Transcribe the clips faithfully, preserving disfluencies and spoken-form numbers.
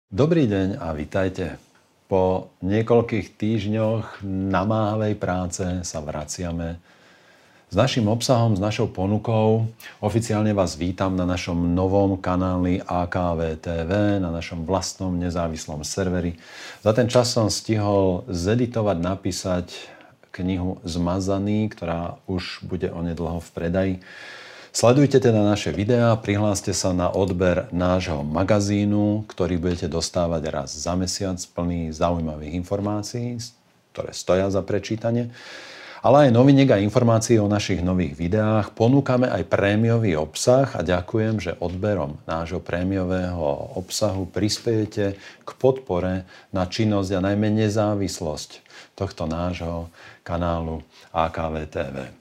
Dobrý deň a vitajte. Po niekoľkých týždňoch namáhavej práce sa vraciame s naším obsahom, s našou ponukou. Oficiálne vás vítam na našom novom kanáli á ká vé té vé, na našom vlastnom nezávislom serveri. Za ten čas som stihol zeditovať, napísať knihu Zmazaný, ktorá už bude onedlho v predaji. Sledujte teda naše videá, prihláste sa na odber nášho magazínu, ktorý budete dostávať raz za mesiac, plný zaujímavých informácií, ktoré stoja za prečítanie, ale aj noviniek a informácií o našich nových videách. Ponúkame aj prémiový obsah a ďakujem, že odberom nášho prémiového obsahu prispiejete k podpore na činnosť a najmä nezávislosť tohto nášho kanálu á ká vé té vé.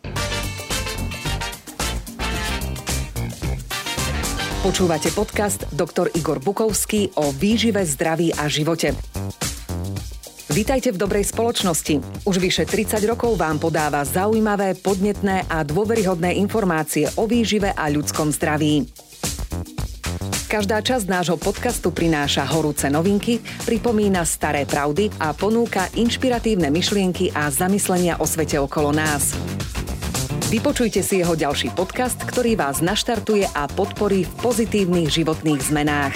Počúvate podcast doktor Igor Bukovský o výžive, zdraví a živote. Vítajte v dobrej spoločnosti. Už vyše tridsať rokov vám podáva zaujímavé, podnetné a dôveryhodné informácie o výžive a ľudskom zdraví. Každá časť nášho podcastu prináša horúce novinky, pripomína staré pravdy a ponúka inšpiratívne myšlienky a zamyslenia o svete okolo nás. Vypočujte si jeho ďalší podcast, ktorý vás naštartuje a podporí v pozitívnych životných zmenách.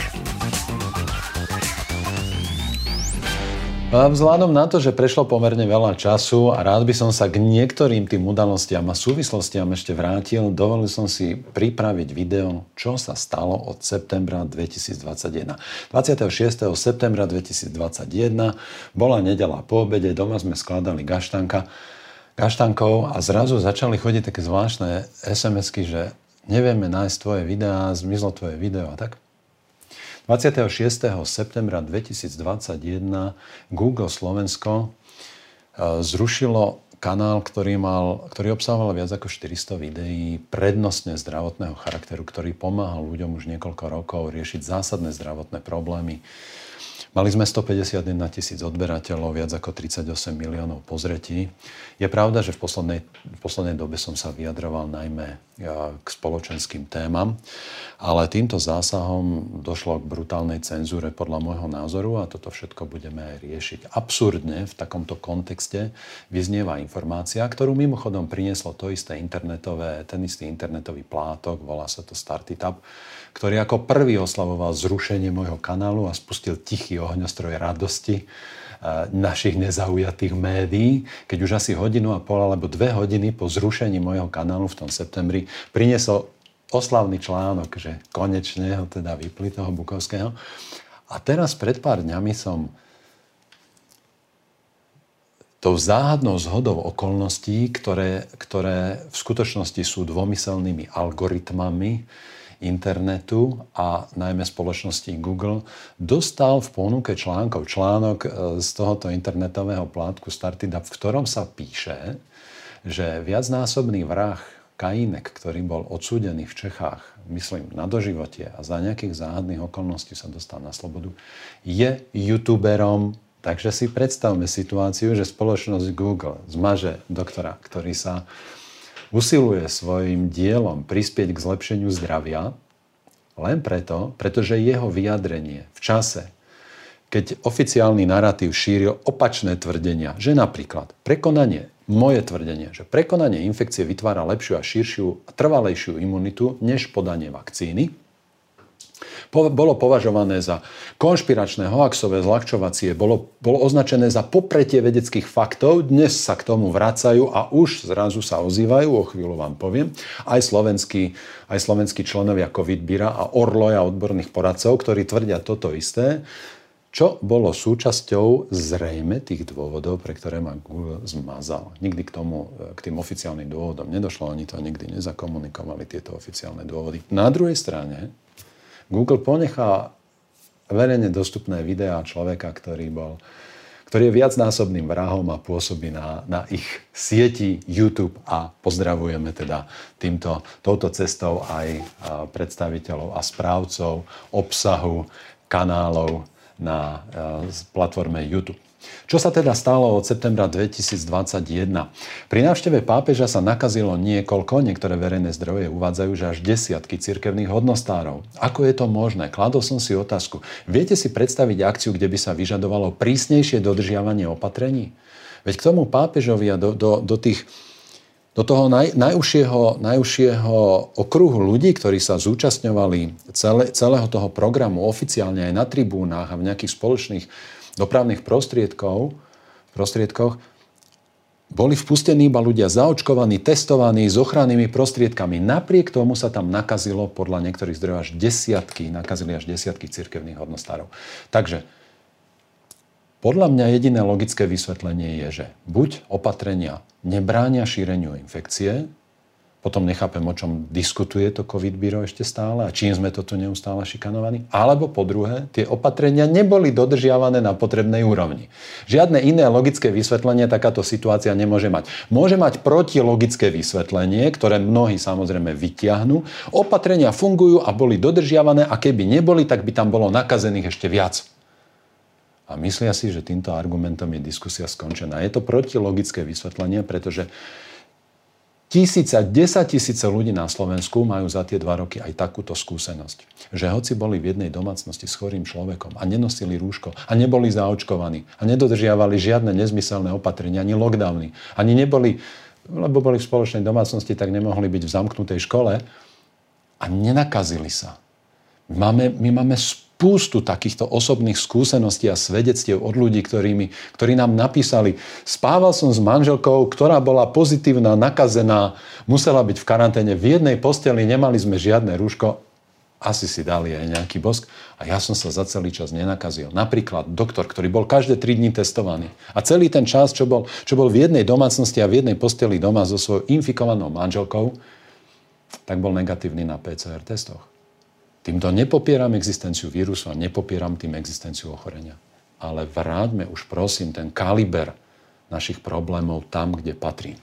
Vzhľadom na to, že prešlo pomerne veľa času a rád by som sa k niektorým tým udalostiam a súvislostiam ešte vrátil, dovolil som si pripraviť video, čo sa stalo od septembra dvetisícdvadsaťjeden. dvadsiateho šiesteho septembra dvetisícdvadsaťjeden bola nedeľa po obede, doma sme skladali gaštanka. kaštankov a zrazu začali chodiť také zvláštne es em esky, že nevieme nájsť tvoje videá, zmizlo tvoje video a tak. dvadsiateho šiesteho septembra dvetisícdvadsaťjeden Google Slovensko zrušilo kanál, ktorý, mal, ktorý obsahoval viac ako štyristo videí, prednostne zdravotného charakteru, ktorý pomáhal ľuďom už niekoľko rokov riešiť zásadné zdravotné problémy. Mali sme stopäťdesiatjeden tisíc odberateľov, viac ako tridsaťosem miliónov pozretí. Je pravda, že v poslednej, v poslednej dobe som sa vyjadroval najmä k spoločenským témam, ale týmto zásahom došlo k brutálnej cenzúre podľa môjho názoru a toto všetko budeme aj riešiť. Absurdne v takomto kontexte vyznieva informácia, ktorú mimochodom prinieslo to isté internetové, ten istý internetový plátok, volá sa to Startitab, ktorý ako prvý oslavoval zrušenie môjho kanálu a spustil tichý ohňostroj radosti našich nezaujatých médií, keď už asi hodinu a pol alebo dve hodiny po zrušení môjho kanálu v tom septembri priniesol oslavný článok, že konečne ho teda vypli toho Bukovského. A teraz pred pár dňami som tou záhadnou zhodou okolností, ktoré, ktoré v skutočnosti sú dvomyselnými algoritmami internetu a najmä spoločnosti Google, dostal v ponuke článkov článok z tohoto internetového plátku Startitab, v ktorom sa píše, že viacnásobný vrah Kainek, ktorý bol odsúdený v Čechách, myslím, na doživotie a za nejakých záhadných okolností sa dostal na slobodu, je youtuberom. Takže si predstavme situáciu, že spoločnosť Google zmaže doktora, ktorý sa usiluje svojim dielom prispieť k zlepšeniu zdravia len preto, pretože jeho vyjadrenie v čase, keď oficiálny narratív šíril opačné tvrdenia, že napríklad prekonanie, moje tvrdenie, že prekonanie infekcie vytvára lepšiu a širšiu a trvalejšiu imunitu než podanie vakcíny, bolo považované za konšpiračné, hoaxové, zľahčovacie, bolo, bolo označené za popretie vedeckých faktov, dnes sa k tomu vracajú a už zrazu sa ozývajú, o chvíľu vám poviem, aj slovenskí, aj slovenskí členovia Covidbíra a Orloja odborných poradcov, ktorí tvrdia toto isté, čo bolo súčasťou zrejme tých dôvodov, pre ktoré ma Google zmazal. Nikdy k tomu, k tým oficiálnym dôvodom nedošlo, oni to nikdy nezakomunikovali, tieto oficiálne dôvody. Na druhej strane Google ponechá verejne dostupné videá človeka, ktorý, bol, ktorý je viacnásobným vrahom a pôsobí na, na ich sieti YouTube a pozdravujeme teda týmto, touto cestou aj predstaviteľov a správcov obsahu kanálov na platforme YouTube. Čo sa teda stalo od septembra dvetisícdvadsaťjeden? Pri návšteve pápeža sa nakazilo niekoľko, niektoré verejné zdroje uvádzajú, že až desiatky cirkevných hodnostárov. Ako je to možné? Kladol som si otázku. Viete si predstaviť akciu, kde by sa vyžadovalo prísnejšie dodržiavanie opatrení? Veď k tomu pápežovi a do, do, do, tých, do toho naj, najúžšieho, najúžšieho okruhu ľudí, ktorí sa zúčastňovali celé, celého toho programu oficiálne aj na tribúnach a v nejakých spoločných dopravných prostriedkov, prostriedkoch, boli vpustení iba ľudia zaočkovaní, testovaní s ochrannými prostriedkami. Napriek tomu sa tam nakazilo podľa niektorých zdrojov až desiatky, nakazili až desiatky cirkevných hodnostárov. Takže podľa mňa jediné logické vysvetlenie je, že buď opatrenia nebránia šíreniu infekcie, potom nechápem, o čom diskutuje to COVID bíro ešte stále a čím sme to tu neustále šikanovaní. Alebo po druhé, tie opatrenia neboli dodržiavané na potrebnej úrovni. Žiadne iné logické vysvetlenie takáto situácia nemôže mať. Môže mať protilogické vysvetlenie, ktoré mnohí samozrejme vytiahnu. Opatrenia fungujú a boli dodržiavané a keby neboli, tak by tam bolo nakazených ešte viac. A myslia si, že týmto argumentom je diskusia skončená. Je to protilogické vysvetlenie, pretože Tisíce, desaťtisíce ľudí na Slovensku majú za tie dva roky aj takúto skúsenosť. Že hoci boli v jednej domácnosti s chorým človekom a nenosili rúško a neboli zaočkovaní a nedodržiavali žiadne nezmyselné opatrenia, ani lockdowny, ani neboli, lebo boli v spoločnej domácnosti, tak nemohli byť v zamknutej škole a nenakazili sa. Máme, my máme spústu takýchto osobných skúseností a svedectiev od ľudí, ktorými, ktorí nám napísali: spával som s manželkou, ktorá bola pozitívna, nakazená, musela byť v karanténe, v jednej posteli, nemali sme žiadne rúško, asi si dali aj nejaký bosk a ja som sa za celý čas nenakazil. Napríklad doktor, ktorý bol každé tri dni testovaný a celý ten čas, čo bol, čo bol v jednej domácnosti a v jednej posteli doma so svojou infikovanou manželkou, tak bol negatívny na pé cé er testoch. Týmto nepopieram existenciu vírusu a nepopieram tým existenciu ochorenia. Ale vráťme už prosím ten kaliber našich problémov tam, kde patrí.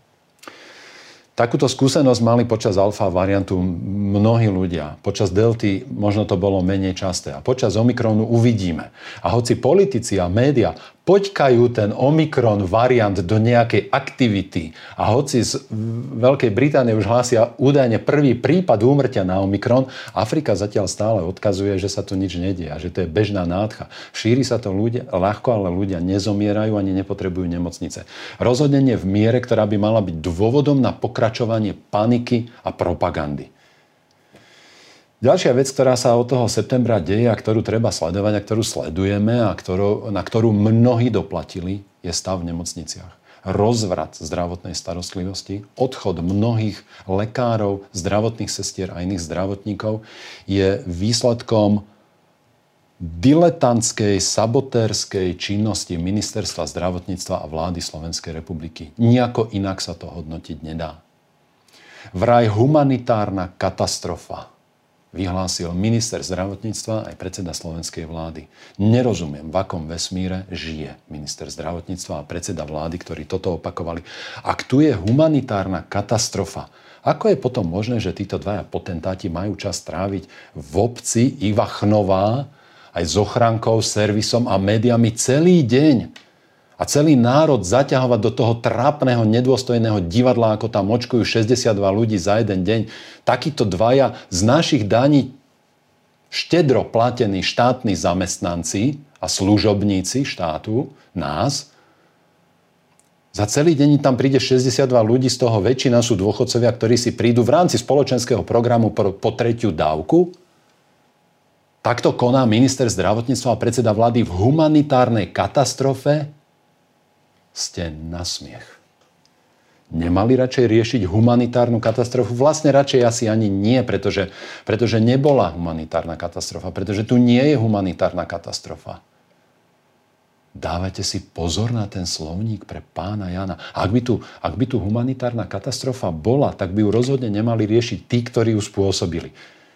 Takúto skúsenosť mali počas alfa variantu mnohí ľudia. Počas delty možno to bolo menej časté. A počas omikronu uvidíme. A hoci politici a média poďkajú ten omikron variant do nejakej aktivity a hoci z Veľkej Británie už hlásia údajne prvý prípad úmrtia na omikron, Afrika zatiaľ stále odkazuje, že sa tu nič nedie a že to je bežná nádcha. Šíri sa to ľudia, ľahko, ale ľudia nezomierajú ani nepotrebujú nemocnice. Rozhodne nie v miere, ktorá by mala byť dôvodom na pokračovanie paniky a propagandy. Ďalšia vec, ktorá sa od toho septembra deje a ktorú treba sledovať a ktorú sledujeme a ktorú, na ktorú mnohí doplatili, je stav v nemocniciach. Rozvrat zdravotnej starostlivosti, odchod mnohých lekárov, zdravotných sestier a iných zdravotníkov je výsledkom diletantskej, sabotérskej činnosti Ministerstva zdravotníctva a vlády Slovenskej republiky. Nijako inak sa to hodnotiť nedá. Vraj humanitárna katastrofa vyhlásil minister zdravotníctva aj predseda slovenskej vlády. Nerozumiem, v akom vesmíre žije minister zdravotníctva a predseda vlády, ktorí toto opakovali. Ak tu je humanitárna katastrofa, ako je potom možné, že títo dvaja potentáti majú čas tráviť v obci Iva Chnová aj s ochrankou, servisom a médiami celý deň? A celý národ zaťahovať do toho trápneho, nedôstojného divadla, ako tam očkujú šesťdesiatdva ľudí za jeden deň. Takíto dvaja z našich daní štedro platení štátni zamestnanci a služobníci štátu, nás, za celý deň tam príde šesťdesiatdva ľudí, z toho väčšina sú dôchodcovia, ktorí si prídu v rámci spoločenského programu po, po tretiu dávku. Takto koná minister zdravotníctva a predseda vlády v humanitárnej katastrofe. Ste na smiech. Nemali radšej riešiť humanitárnu katastrofu? Vlastne radšej asi ani nie, pretože, pretože nebola humanitárna katastrofa, pretože tu nie je humanitárna katastrofa. Dávajte si pozor na ten slovník pre pána Jana. Ak by tu, ak by tu humanitárna katastrofa bola, tak by ju rozhodne nemali riešiť tí, ktorí ju spôsobili.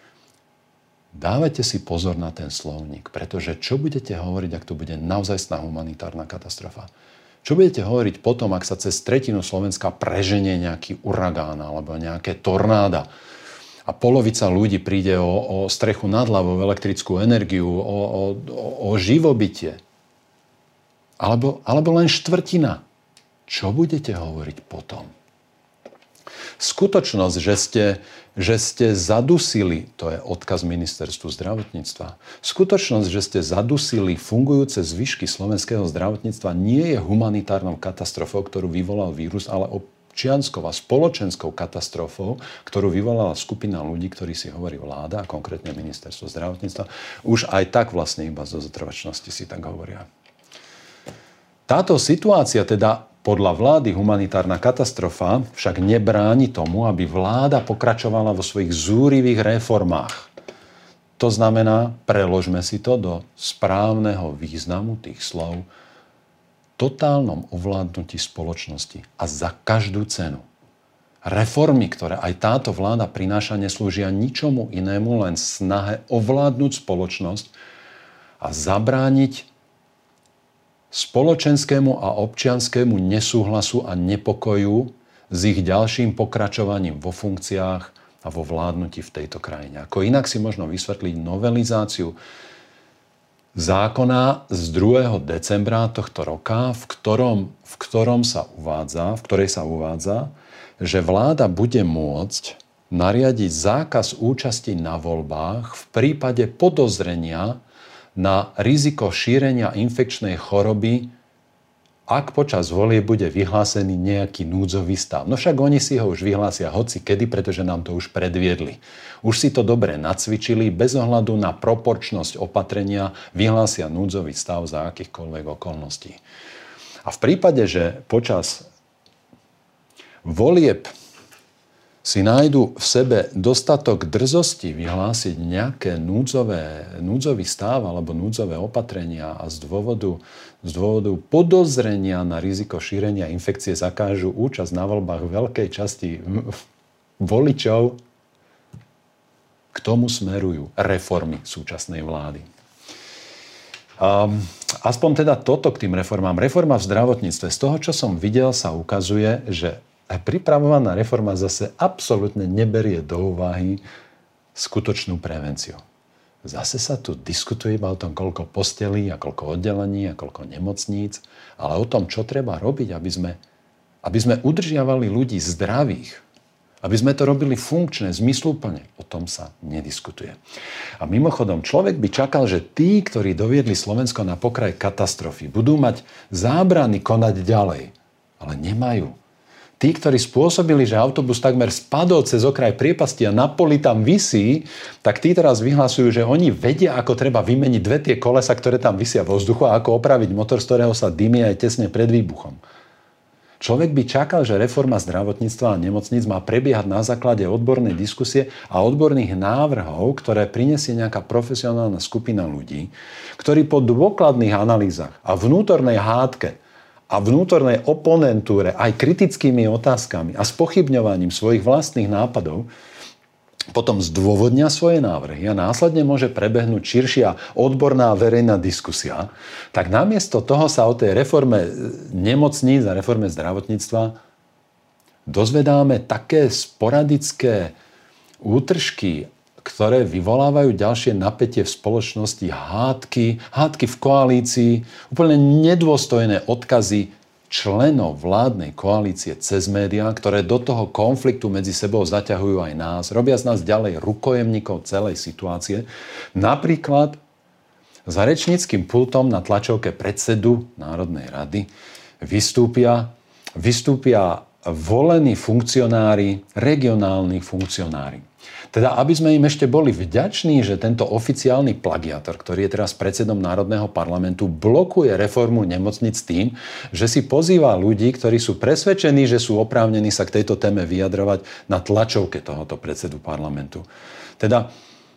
Dávajte si pozor na ten slovník, pretože čo budete hovoriť, ak tu bude naozajstná humanitárna katastrofa? Čo budete hovoriť potom, ak sa cez tretinu Slovenska preženie nejaký uragán alebo nejaké tornáda? a polovica ľudí príde o, o strechu nad hlavou, elektrickú energiu, o, o, o živobytie. Alebo, alebo len štvrtina. Čo budete hovoriť potom? Skutočnosť, že ste, že ste zadusili, to je odkaz ministerstvu zdravotníctva, skutočnosť, že ste zadusili fungujúce zvyšky slovenského zdravotníctva nie je humanitárnou katastrofou, ktorú vyvolal vírus, ale občianskou a spoločenskou katastrofou, ktorú vyvolala skupina ľudí, ktorí si hovorí vláda, a konkrétne ministerstvo zdravotníctva. Už aj tak vlastne iba zo zotrvačnosti si tak hovoria. Táto situácia, teda podľa vlády humanitárna katastrofa, však nebráni tomu, aby vláda pokračovala vo svojich zúrivých reformách. To znamená, preložme si to do správneho významu tých slov, totálnom ovládnutí spoločnosti a za každú cenu. Reformy, ktoré aj táto vláda prináša, neslúžia ničomu inému, len snahe ovládnuť spoločnosť a zabrániť spoločenskému a občianskému nesúhlasu a nepokoju s ich ďalším pokračovaním vo funkciách a vo vládnutí v tejto krajine. Ako inak si možno vysvetliť novelizáciu zákona z druhého decembra tohto roka, v ktorom, v ktorom sa uvádza, v ktorej sa uvádza, že vláda bude môcť nariadiť zákaz účasti na voľbách v prípade podozrenia na riziko šírenia infekčnej choroby, ak počas volie bude vyhlásený nejaký núdzový stav. No však oni si ho už vyhlásia hoci kedy, pretože nám to už predviedli. Už si to dobre nacvičili, bez ohľadu na proporčnosť opatrenia vyhlásia núdzový stav za akýchkoľvek okolností. A v prípade, že počas volieb si nájdu v sebe dostatok drzosti vyhlásiť nejaké núdzové, núdzový stav alebo núdzové opatrenia a z dôvodu, z dôvodu podozrenia na riziko šírenia infekcie zakážu účasť na voľbách veľkej časti voličov, k tomu smerujú reformy súčasnej vlády. Um, aspoň teda toto k tým reformám. Reforma v zdravotníctve. Z toho, čo som videl, sa ukazuje, že a pripravovaná reforma zase absolútne neberie do úvahy skutočnú prevenciu. Zase sa tu diskutuje iba o tom, koľko postelí a koľko oddelení a koľko nemocníc, ale o tom, čo treba robiť, aby sme, aby sme udržiavali ľudí zdravých, aby sme to robili funkčne, zmysluplne. O tom sa nediskutuje. A mimochodom, človek by čakal, že tí, ktorí doviedli Slovensko na pokraj katastrofy, budú mať zábrany konať ďalej, ale nemajú. Tí, ktorí spôsobili, že autobus takmer spadol cez okraj priepasti a na poli tam visí, tak tí teraz vyhlasujú, že oni vedia, ako treba vymeniť dve tie kolesa, ktoré tam visia vo vzduchu a ako opraviť motor, z ktorého sa dymie aj tesne pred výbuchom. Človek by čakal, že reforma zdravotníctva a nemocníc má prebiehať na základe odbornej diskusie a odborných návrhov, ktoré prinesie nejaká profesionálna skupina ľudí, ktorí po dôkladných analýzach a vnútornej hádke a vnútornej oponentúre aj kritickými otázkami a spochybňovaním svojich vlastných nápadov potom zdôvodnia svoje návrhy a následne môže prebehnúť širšia odborná verejná diskusia, tak namiesto toho sa o tej reforme nemocníc a reforme zdravotníctva dozvedáme také sporadické útržky, ktoré vyvolávajú ďalšie napätie v spoločnosti, hádky, hádky v koalícii, úplne nedôstojné odkazy členov vládnej koalície cez médiá, ktoré do toho konfliktu medzi sebou zaťahujú aj nás, robia z nás ďalej rukojemníkov celej situácie. Napríklad za rečníckym pultom na tlačovke predsedu Národnej rady vystúpia, vystúpia volení funkcionári, regionálni funkcionári. Teda, aby sme im ešte boli vďační, že tento oficiálny plagiátor, ktorý je teraz predsedom Národného parlamentu, blokuje reformu nemocnic tým, že si pozýva ľudí, ktorí sú presvedčení, že sú oprávnení sa k tejto téme vyjadrovať na tlačovke tohoto predsedu parlamentu. Teda,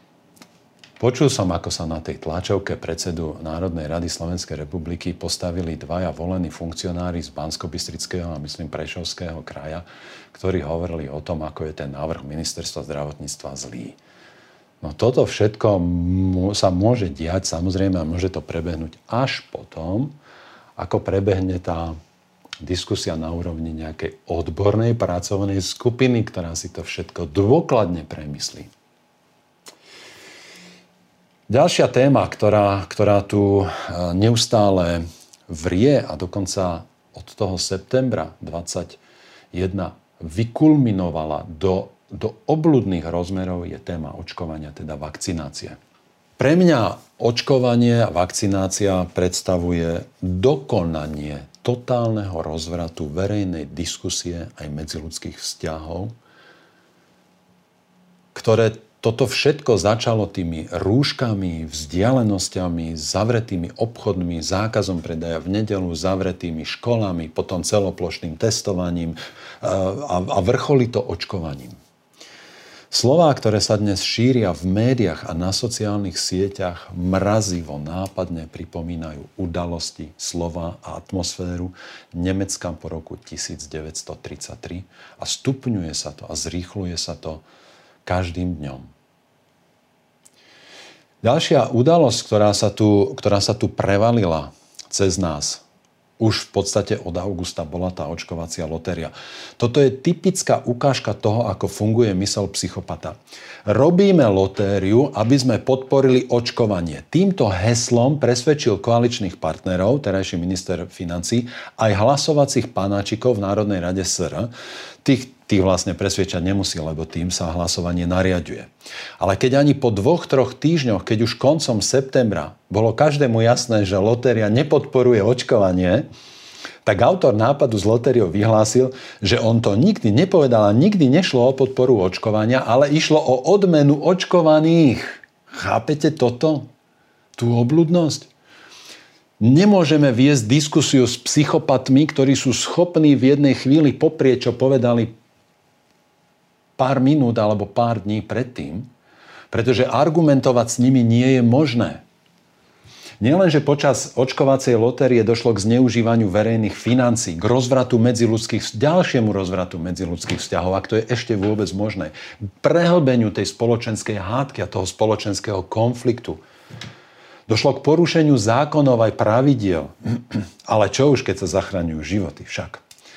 počul som, ako sa na tej tlačovke predsedu Národnej rady Slovenskej republiky postavili dvaja volení funkcionári z Banskobystrického a myslím Prešovského kraja, ktorí hovorili o tom, ako je ten návrh ministerstva zdravotníctva zlý. No toto všetko sa môže diať, samozrejme, a môže to prebehnúť až potom, ako prebehne tá diskusia na úrovni nejakej odbornej pracovnej skupiny, ktorá si to všetko dôkladne premyslí. Ďalšia téma, ktorá, ktorá tu neustále vrie a dokonca od toho septembra dvadsaťjeden vykulminovala do, do obľudných rozmerov, je téma očkovania, teda vakcinácie. Pre mňa očkovanie a vakcinácia predstavuje dokonanie totálneho rozvratu verejnej diskusie aj medziľudských vzťahov, ktoré toto všetko začalo tými rúškami, vzdialenosťami, zavretými obchodmi, zákazom predaja v nedeľu, zavretými školami, potom celoplošným testovaním a, a vrcholí to očkovaním. Slová, ktoré sa dnes šíria v médiách a na sociálnych sieťach, mrazivo, nápadne pripomínajú udalosti, slova a atmosféru Nemecka po roku devätnásťtridsaťtri a stupňuje sa to a zrýchľuje sa to každým dňom. Ďalšia udalosť, ktorá sa tu, ktorá sa tu prevalila cez nás, už v podstate od augusta, bola tá očkovacia lotéria. Toto je typická ukážka toho, ako funguje myseľ psychopata. Robíme lotériu, aby sme podporili očkovanie. Týmto heslom presvedčil koaličných partnerov, terajší minister financií, aj hlasovacích panáčikov v Národnej rade es er. Tých, tých vlastne presvedčať nemusí, lebo tým sa hlasovanie nariaďuje. Ale keď ani po dvoch, troch týždňoch, keď už koncom septembra bolo každému jasné, že lotéria nepodporuje očkovanie, tak autor nápadu s lotériou vyhlásil, že on to nikdy nepovedal a nikdy nešlo o podporu očkovania, ale išlo o odmenu očkovaných. Chápete toto? Tú obľudnosť? Nemôžeme viesť diskusiu s psychopatmi, ktorí sú schopní v jednej chvíli poprieť, čo povedali pár minút alebo pár dní predtým, pretože argumentovať s nimi nie je možné. Nielenže počas očkovacej lotérie došlo k zneužívaniu verejných financií, k rozvratu medziľudských, ďalšiemu rozvratu medziľudských vzťahov, ak to je ešte vôbec možné, k prehlbeniu tej spoločenskej hádky a toho spoločenského konfliktu. Došlo k porušeniu zákonov aj pravidiel. Ale čo už, keď sa zachraňujú životy však?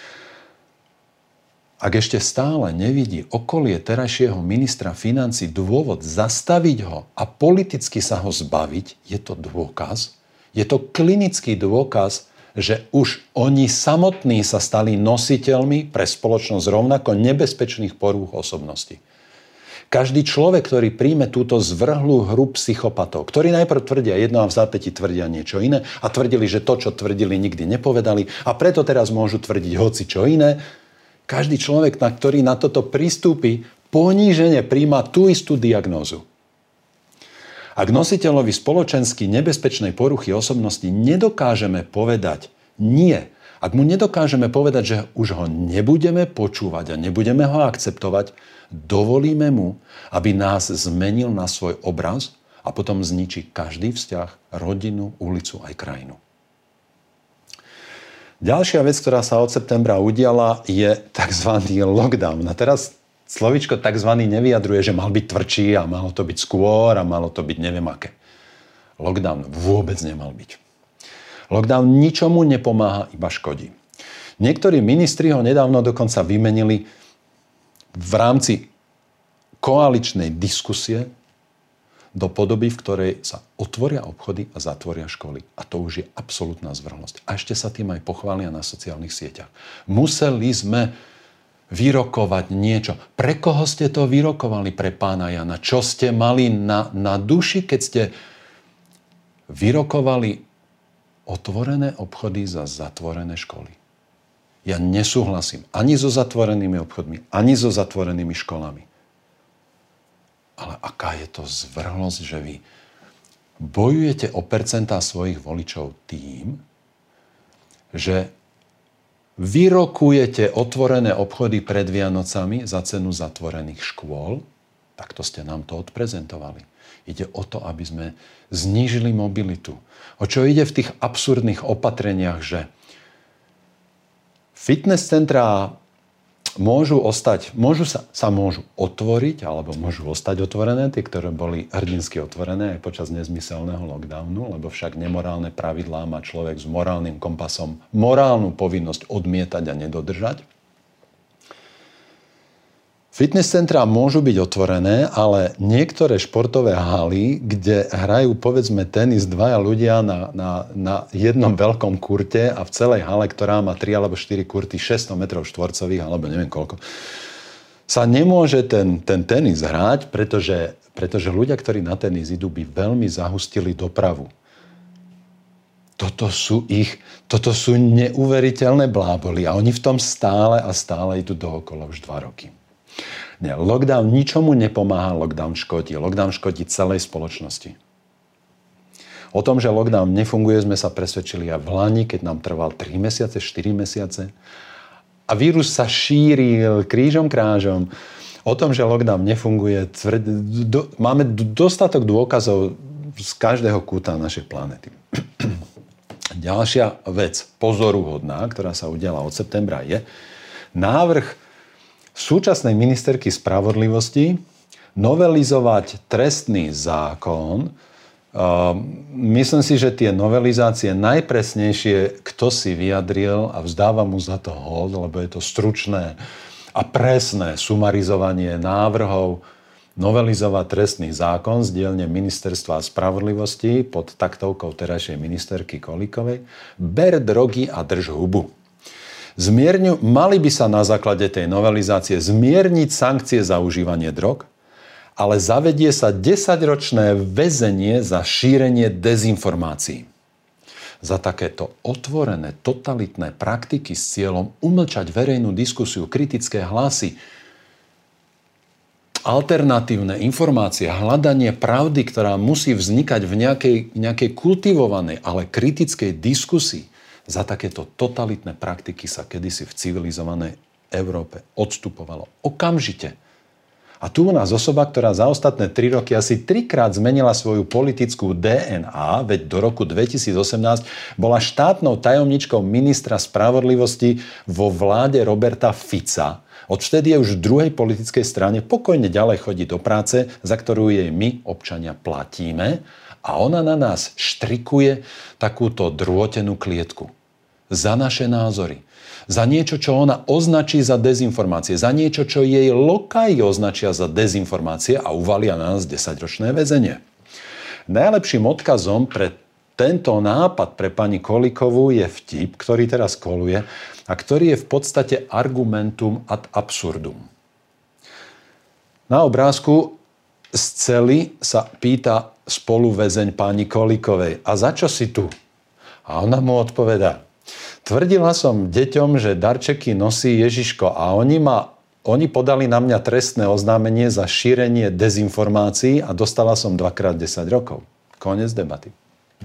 Ak ešte stále nevidí okolie terajšieho ministra financií dôvod zastaviť ho a politicky sa ho zbaviť, je to dôkaz, je to klinický dôkaz, že už oni samotní sa stali nositeľmi pre spoločnosť rovnako nebezpečných porúch osobnosti. Každý človek, ktorý príjme túto zvrhlú hru psychopatov, ktorí najprv tvrdia jedno a v zápäti tvrdia niečo iné a tvrdili, že to, čo tvrdili, nikdy nepovedali a preto teraz môžu tvrdiť hoci čo iné, každý človek, na ktorý na toto pristúpi, ponížene príjma tú istú diagnózu. Ak nositeľovi spoločensky nebezpečnej poruchy osobnosti nedokážeme povedať nie, ak mu nedokážeme povedať, že už ho nebudeme počúvať a nebudeme ho akceptovať, dovolíme mu, aby nás zmenil na svoj obraz a potom zničí každý vzťah, rodinu, ulicu aj krajinu. Ďalšia vec, ktorá sa od septembra udiala, je tzv. Lockdown. A teraz slovíčko tzv. Nevyjadruje, že mal byť tvrdší a malo to byť skôr a malo to byť neviem aké. Lockdown vôbec nemal byť. Lockdown ničomu nepomáha, iba škodí. Niektorí ministri ho nedávno dokonca vymenili v rámci koaličnej diskusie do podoby, v ktorej sa otvoria obchody a zatvoria školy. A to už je absolútna zvrhlosť. A ešte sa tým aj pochvália na sociálnych sieťach. Museli sme vyrokovať niečo. Pre koho ste to vyrokovali, pre pána Jana? Čo ste mali na, na duši, keď ste vyrokovali otvorené obchody za zatvorené školy? Ja nesúhlasím ani so zatvorenými obchodmi, ani so zatvorenými školami. Ale aká je to zvrhlosť, že vy bojujete o percentá svojich voličov tým, že vyrokujete otvorené obchody pred Vianocami za cenu zatvorených škôl, tak to ste nám to odprezentovali. Ide o to, aby sme znížili mobilitu. O čo ide v tých absurdných opatreniach, že fitness centrá môžu ostať, môžu sa, sa môžu otvoriť, alebo môžu ostať otvorené, tie, ktoré boli hrdinsky otvorené aj počas nezmyselného lockdownu, lebo však nemorálne pravidlá má človek s morálnym kompasom morálnu povinnosť odmietať a nedodržať. Fitness centrá môžu byť otvorené, ale niektoré športové haly, kde hrajú povedzme tenis dvaja ľudia na, na, na jednom veľkom kurte a v celej hale, ktorá má tri alebo štyri kurty, šesťsto metrov štvorcových, alebo neviem koľko, sa nemôže ten, ten tenis hrať, pretože, pretože ľudia, ktorí na tenis idú, by veľmi zahustili dopravu. Toto sú ich, toto sú neuveriteľné bláboli a oni v tom stále a stále idú dookola už dva roky. Nie, lockdown ničomu nepomáha, lockdown škodí. Lockdown škodí celej spoločnosti. O tom, že lockdown nefunguje, sme sa presvedčili aj v Lani, keď nám trval tri mesiace, štyri mesiace. A vírus sa šíril krížom krážom. O tom, že lockdown nefunguje, tvrd... do... máme dostatok dôkazov z každého kúta našej planety. Ďalšia vec, pozoruhodná, ktorá sa udiala od septembra, je návrh súčasnej ministerky spravodlivosti novelizovať trestný zákon. Myslím si, že tie novelizácie najpresnejšie, kto si vyjadril, a vzdávam mu za to hold, lebo je to stručné a presné sumarizovanie návrhov novelizovať trestný zákon z dielne Ministerstva spravodlivosti pod taktovkou terajšej ministerky Kolíkovej. Ber drogy a drž hubu. Zmierňu, mali by sa na základe tej novelizácie zmierniť sankcie za užívanie drog, ale zavedie sa desaťročné väzenie za šírenie dezinformácií. Za takéto otvorené, totalitné praktiky s cieľom umlčať verejnú diskusiu, kritické hlasy, alternatívne informácie, hľadanie pravdy, ktorá musí vznikať v nejakej, nejakej kultivovanej, ale kritickej diskusii. Za takéto totalitné praktiky sa kedysi v civilizovanej Európe odstupovalo okamžite. A tu u nás osoba, ktorá za ostatné tri roky asi trikrát zmenila svoju politickú dé en á, veď do roku dvetisícosemnásť bola štátnou tajomničkou ministra spravodlivosti vo vláde Roberta Fica. Odvtedy je už v druhej politickej strane, pokojne ďalej chodí do práce, za ktorú jej my, občania, platíme. A ona na nás štrikuje takúto drôtenú klietku. Za naše názory. Za niečo, čo ona označí za dezinformácie. Za niečo, čo jej lokaji označia za dezinformácie a uvalia na nás desaťročné väzenie. Najlepším odkazom pre tento nápad pre pani Kolíkovú je vtip, ktorý teraz koluje a ktorý je v podstate argumentum ad absurdum. Na obrázku z cely sa pýta spoluväzeň pani Kolíkovej: a za čo si tu? A ona mu odpovedá: tvrdila som deťom, že darčeky nosí Ježiško a oni, ma, oni podali na mňa trestné oznámenie za šírenie dezinformácií a dostala som dvakrát desať rokov. Koniec debaty.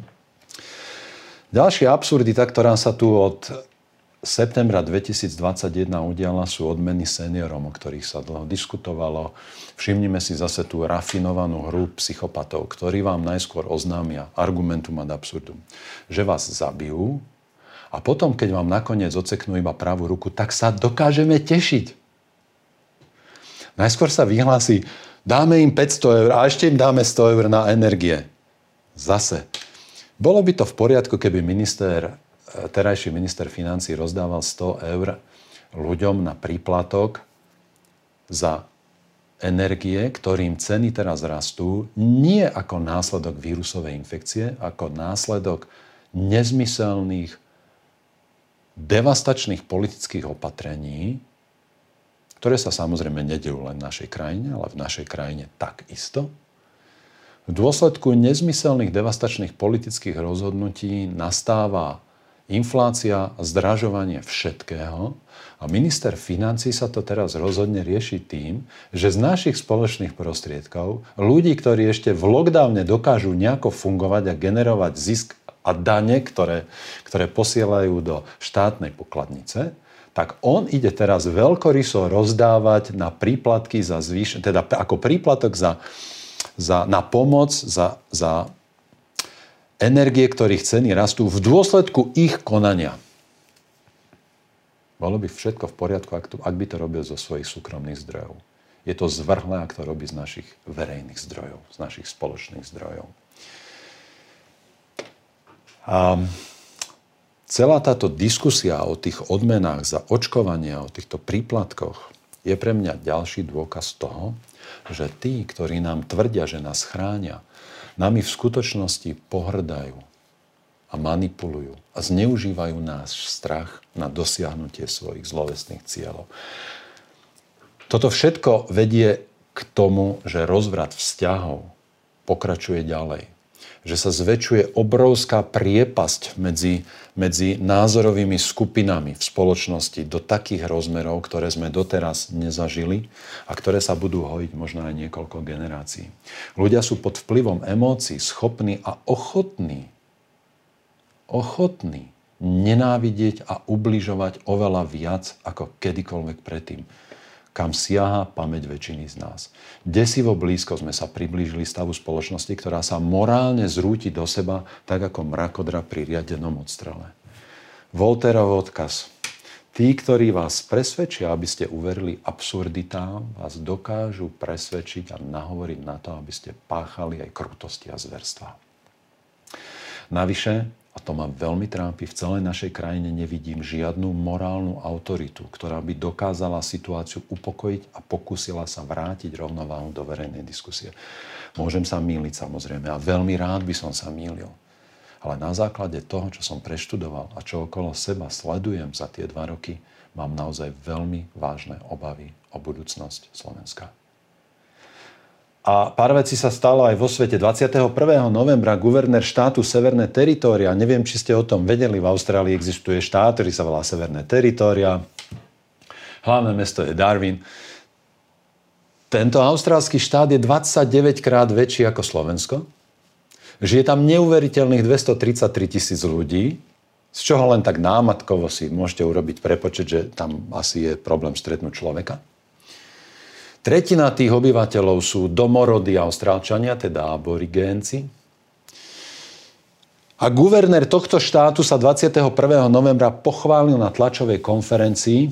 Ďalšia absurdita, ktorá sa tu od septembra dvetisícdvadsaťjeden udiala, sú odmeny seniorom, o ktorých sa dlho diskutovalo. Všimnime si zase tú rafinovanú hru psychopatov, ktorí vám najskôr oznámia argumentum ad absurdum, že vás zabijú a potom, keď vám nakoniec odseknú iba pravú ruku, tak sa dokážeme tešiť. Najskôr sa vyhlási: dáme im päťsto eur a ešte im dáme sto eur na energie. Zase. Bolo by to v poriadku, keby minister, terajší minister financií rozdával sto eur ľuďom na príplatok za energie, ktorým ceny teraz rastú, nie ako následok vírusovej infekcie, ako následok nezmyselných, devastačných politických opatrení, ktoré sa samozrejme nedejú len v našej krajine, ale v našej krajine takisto. V dôsledku nezmyselných, devastačných politických rozhodnutí nastáva inflácia, zdražovanie všetkého a minister financií sa to teraz rozhodne rieši tým, že z našich spoločných prostriedkov ľudí, ktorí ešte v lockdowne dokážu nejako fungovať a generovať zisk a dane, ktoré, ktoré posielajú do štátnej pokladnice, tak on ide teraz veľkoryso rozdávať na príplatky za zvýš... teda ako príplatok za, za, na pomoc za, za energie, ktorých ceny rastú v dôsledku ich konania. Bolo by všetko v poriadku, ak, to, ak by to robil zo svojich súkromných zdrojov. Je to zvrhlé, ak to robí z našich verejných zdrojov, z našich spoločných zdrojov. A celá táto diskusia o tých odmenách za očkovanie, o týchto príplatkoch je pre mňa ďalší dôkaz toho, že tí, ktorí nám tvrdia, že nás chránia, nami v skutočnosti pohrdajú a manipulujú a zneužívajú náš strach na dosiahnutie svojich zlovestných cieľov. Toto všetko vedie k tomu, že rozvrat vzťahov pokračuje ďalej. Že sa zväčšuje obrovská priepasť medzi, medzi názorovými skupinami v spoločnosti do takých rozmerov, ktoré sme doteraz nezažili a ktoré sa budú hojiť možno aj niekoľko generácií. Ľudia sú pod vplyvom emócií schopní a ochotní ochotní nenávidieť a ubližovať oveľa viac ako kedykoľvek predtým, kam siaha pamäť väčšiny z nás. Desivo blízko sme sa priblížili stavu spoločnosti, ktorá sa morálne zrúti do seba, tak ako mrakodra pri riadenom odstrele. Voltairov odkaz. Tí, ktorí vás presvedčia, aby ste uverili absurditám, vás dokážu presvedčiť a nahovoriť na to, aby ste páchali aj krutosti a zverstvá. Navyše, a to ma veľmi trápi, v celej našej krajine nevidím žiadnu morálnu autoritu, ktorá by dokázala situáciu upokojiť a pokúsila sa vrátiť rovnováhu do verejnej diskusie. Môžem sa mýliť samozrejme a veľmi rád by som sa mýlil. Ale na základe toho, čo som preštudoval a čo okolo seba sledujem za tie dva roky, mám naozaj veľmi vážne obavy o budúcnosť Slovenska. A pár vecí sa stalo aj vo svete. dvadsiateho prvého novembra guvernér štátu Severné teritória, neviem, či ste o tom vedeli, v Austrálii existuje štát, ktorý sa volá Severné teritória. Hlavné mesto je Darwin. Tento austrálsky štát je dvadsaťdeväť krát väčší ako Slovensko. Žije tam neuveriteľných dvestotridsaťtri tisíc ľudí, z čoho len tak námatkovo si môžete urobiť prepočet, že tam asi je problém stretnúť človeka. Tretina tých obyvateľov sú domorodí Austrálčania, teda aborigénci. A guvernér tohto štátu sa dvadsiateho prvého novembra pochválil na tlačovej konferencii,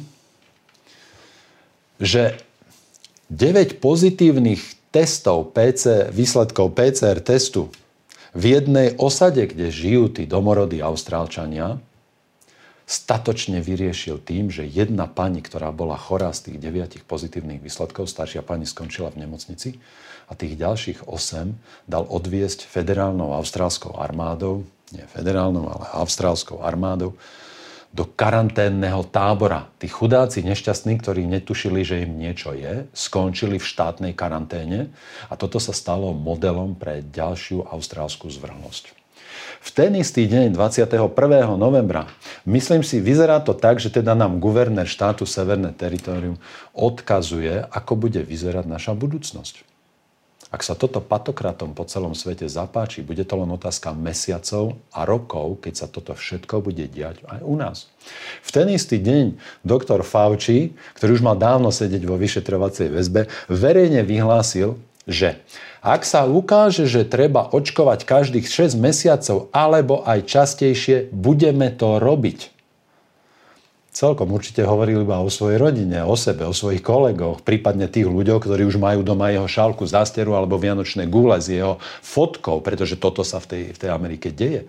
že deväť pozitívnych testov pé cé, výsledkov pé cé er testu v jednej osade, kde žijú tí domorodí Austrálčania, statočne vyriešil tým, že jedna pani, ktorá bola chorá z tých deviatich pozitívnych výsledkov, staršia pani skončila v nemocnici a tých ďalších osem dal odviesť federálnou austrálskou armádou, nie federálnou, ale austrálskou armádou, do karanténneho tábora. Tí chudáci nešťastní, ktorí netušili, že im niečo je, skončili v štátnej karanténe a toto sa stalo modelom pre ďalšiu austrálskú zvrhlosť. V ten istý deň, dvadsiateho prvého novembra, myslím si, vyzerá to tak, že teda nám guvernér štátu Severné teritórium odkazuje, ako bude vyzerať naša budúcnosť. Ak sa toto patokratom po celom svete zapáči, bude to len otázka mesiacov a rokov, keď sa toto všetko bude diať aj u nás. V ten istý deň doktor Fauci, ktorý už mal dávno sedieť vo vyšetrovacej väzbe, verejne vyhlásil, že ak sa ukáže, že treba očkovať každých šesť mesiacov alebo aj častejšie, budeme to robiť. Celkom určite hovoril iba o svojej rodine, o sebe, o svojich kolegoch, prípadne tých ľuďoch, ktorí už majú doma jeho šálku zásteru alebo vianočné gule s jeho fotkou, pretože toto sa v tej, v tej Amerike deje.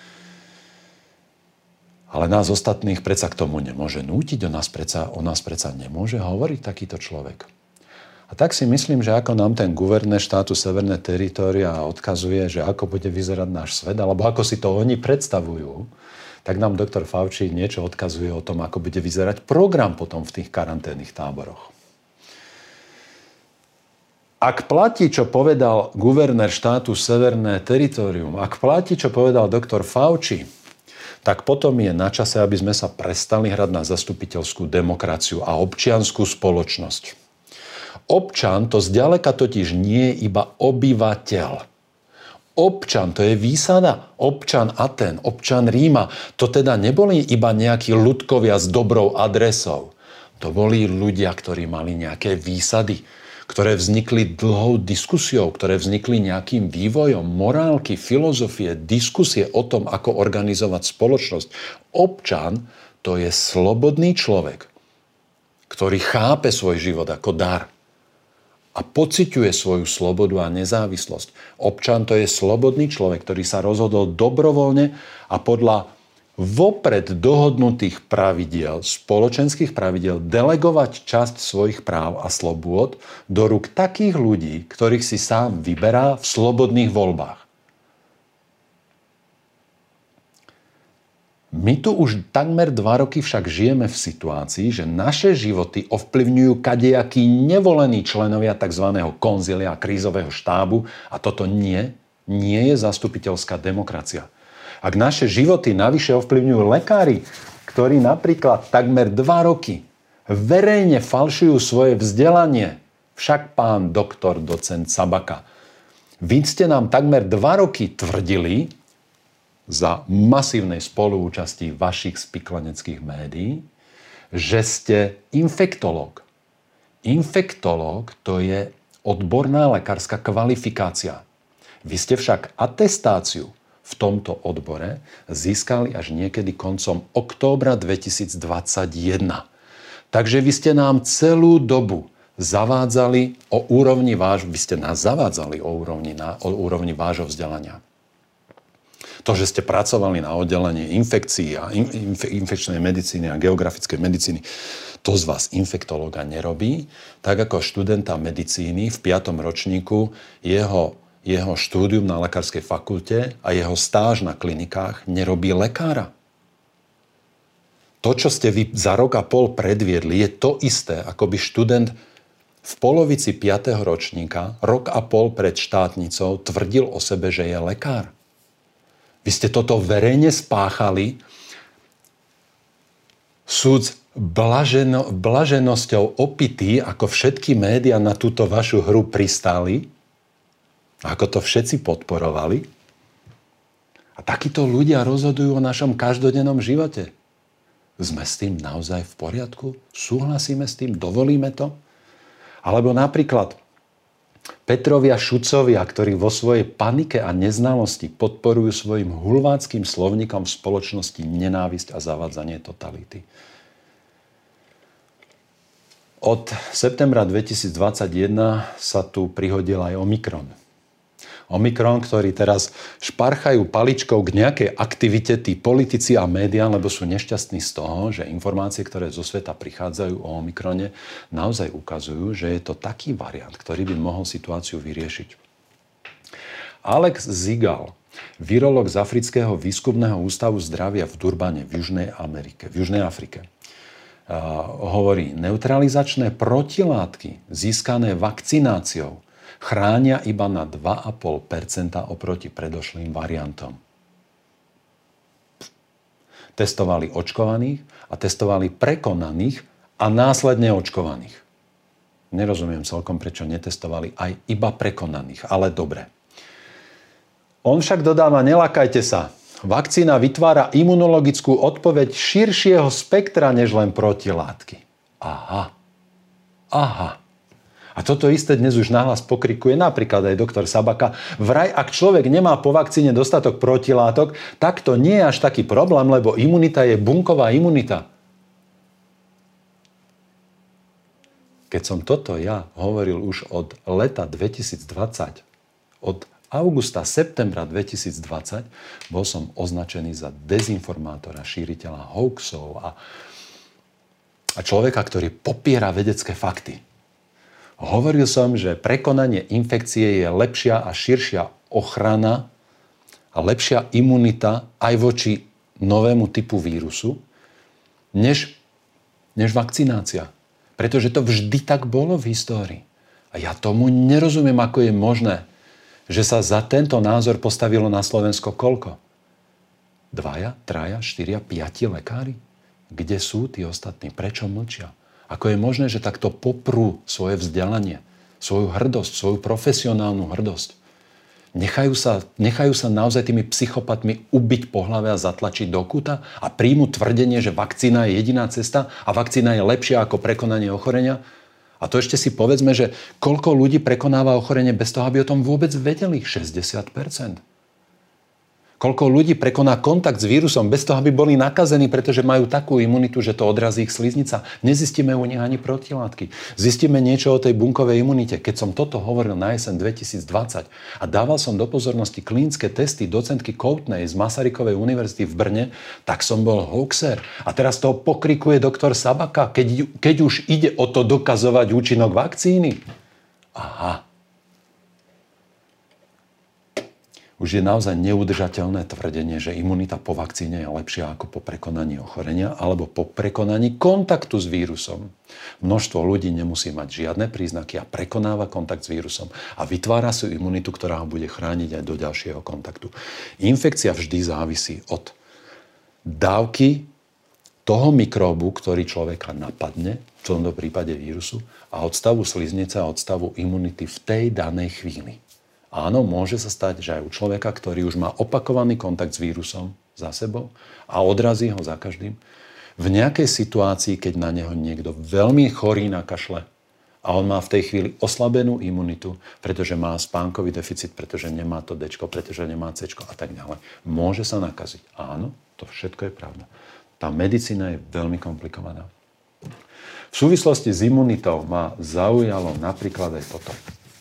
Ale nás ostatných predsa k tomu nemôže nútiť, o nás predsa, o nás predsa nemôže hovoriť takýto človek. A tak si myslím, že ako nám ten guvernér štátu Severné teritória odkazuje, že ako bude vyzerať náš svet, alebo ako si to oni predstavujú, tak nám doktor Fauci niečo odkazuje o tom, ako bude vyzerať program potom v tých karanténnych táboroch. Ak platí, čo povedal guvernér štátu Severné teritórium, ak platí, čo povedal doktor Fauci, tak potom je na čase, aby sme sa prestali hrať na zastupiteľskú demokraciu a občiansku spoločnosť. Občan to zďaleka totiž nie je iba obyvateľ. Občan, to je výsada. Občan Aten, občan Ríma. To teda neboli iba nejakí ľudkovia s dobrou adresou. To boli ľudia, ktorí mali nejaké výsady, ktoré vznikli dlhou diskusiou, ktoré vznikli nejakým vývojom morálky, filozofie, diskusie o tom, ako organizovať spoločnosť. Občan to je slobodný človek, ktorý chápe svoj život ako dar a pociťuje svoju slobodu a nezávislosť. Občan to je slobodný človek, ktorý sa rozhodol dobrovoľne a podľa vopred dohodnutých pravidiel, spoločenských pravidiel, delegovať časť svojich práv a slobôd do rúk takých ľudí, ktorých si sám vyberá v slobodných voľbách. My tu už takmer dva roky však žijeme v situácii, že naše životy ovplyvňujú kadejakí nevolení členovia tzv. Konzília krízového štábu a toto nie, nie je zastupiteľská demokracia. Ak naše životy navyše ovplyvňujú lekári, ktorí napríklad takmer dva roky verejne falšujú svoje vzdelanie, však pán doktor, docent Sabaka, vy ste nám takmer dva roky tvrdili, za masívnej spoluúčasti vašich spiklaneckých médií, že ste infektológ. Infektológ to je odborná lekárska kvalifikácia. Vy ste však atestáciu v tomto odbore získali až niekedy koncom októbra dvetisícdvadsaťjeden. Takže vy ste nám celú dobu zavádzali o úrovni váš, vy ste nás zavádzali o úrovni, na, o úrovni vášho vzdelania. To, že ste pracovali na oddelení infekcií a inf- infekčnej medicíny a geografickej medicíny, to z vás infektológa nerobí. Tak ako študenta medicíny v piatom ročníku jeho, jeho štúdium na lekárskej fakulte a jeho stáž na klinikách nerobí lekára. To, čo ste vy za rok a pol predviedli, je to isté, ako by študent v polovici piateho ročníka, rok a pol pred štátnicou, tvrdil o sebe, že je lekár. Vy ste toto verejne spáchali, súd blaženo, blaženosťou opitý, ako všetky médiá na túto vašu hru pristáli, ako to všetci podporovali. A takíto ľudia rozhodujú o našom každodennom živote. Sme s tým naozaj v poriadku? Súhlasíme s tým? Dovolíme to? Alebo napríklad Petrovia Šucovia, ktorí vo svojej panike a neznalosti podporujú svojim hulváckým slovníkom v spoločnosti nenávisť a zavádzanie totality. Od septembra dvetisícdvadsaťjeden sa tu prihodil aj Omikron. Omikron, ktorý teraz šparchajú paličkou k nejakej aktivite tí politici a médiá, lebo sú nešťastní z toho, že informácie, ktoré zo sveta prichádzajú o Omikrone, naozaj ukazujú, že je to taký variant, ktorý by mohol situáciu vyriešiť. Alex Zigal, virológ z Afrického výskumného ústavu zdravia v Durbane v Južnej Amerike, v Južnej Afrike, hovorí, neutralizačné protilátky získané vakcináciou chránia iba na dva a pol percenta oproti predošlým variantom. Testovali očkovaných a testovali prekonaných a následne očkovaných. Nerozumiem celkom, prečo netestovali aj iba prekonaných, ale dobre. On však dodáva, nelakajte sa. Vakcína vytvára imunologickú odpoveď širšieho spektra než len protilátky. Aha. Aha. A toto isté dnes už nahlas pokrikuje napríklad aj doktor Sabaka. Vraj, ak človek nemá po vakcíne dostatok protilátok, tak to nie je až taký problém, lebo imunita je bunková imunita. Keď som toto ja hovoril už od leta dvetisícdvadsať, od augusta, septembra dvetisícdvadsať, bol som označený za dezinformátora, šíriteľa hoaxov a, a človeka, ktorý popiera vedecké fakty. Hovoril som, že prekonanie infekcie je lepšia a širšia ochrana a lepšia imunita aj voči novému typu vírusu, než, než vakcinácia. Pretože to vždy tak bolo v histórii. A ja tomu nerozumiem, ako je možné, že sa za tento názor postavilo na Slovensko koľko? Dvaja, traja, štyria, piati lekári? Kde sú tí ostatní? Prečo mlčia? Ako je možné, že takto poprú svoje vzdelanie, svoju hrdosť, svoju profesionálnu hrdosť. Nechajú sa, nechajú sa naozaj tými psychopatmi ubiť po hlave a zatlačiť do kúta a príjmu tvrdenie, že vakcína je jediná cesta a vakcína je lepšia ako prekonanie ochorenia. A to ešte si povedzme, že koľko ľudí prekonáva ochorenie bez toho, aby o tom vôbec vedeli? šesťdesiat percent. Koľko ľudí prekoná kontakt s vírusom bez toho, aby boli nakazení, pretože majú takú imunitu, že to odrazí ich sliznica. Nezistíme u nich ani protilátky. Zistíme niečo o tej bunkovej imunite. Keď som toto hovoril na jeseň dvetisícdvadsať a dával som do pozornosti klinické testy docentky Koutnej z Masarykovej univerzity v Brne, tak som bol hoaxer. A teraz toho pokrikuje doktor Sabaka, keď, keď už ide o to dokazovať účinok vakcíny. Aha. Už je naozaj neudržateľné tvrdenie, že imunita po vakcíne je lepšia ako po prekonaní ochorenia alebo po prekonaní kontaktu s vírusom. Množstvo ľudí nemusí mať žiadne príznaky a prekonáva kontakt s vírusom a vytvára si imunitu, ktorá ho bude chrániť aj do ďalšieho kontaktu. Infekcia vždy závisí od dávky toho mikróbu, ktorý človeka napadne, v tomto prípade vírusu, a od stavu sliznice a od stavu imunity v tej danej chvíli. Áno, môže sa stať, že aj u človeka, ktorý už má opakovaný kontakt s vírusom za sebou a odrazí ho za každým, v nejakej situácii, keď na neho niekto veľmi chorý nakašle a on má v tej chvíli oslabenú imunitu, pretože má spánkový deficit, pretože nemá to Dčko, pretože nemá Cčko a tak ďalej, môže sa nakaziť. Áno, to všetko je pravda. Tá medicína je veľmi komplikovaná. V súvislosti s imunitou ma zaujalo napríklad aj toto.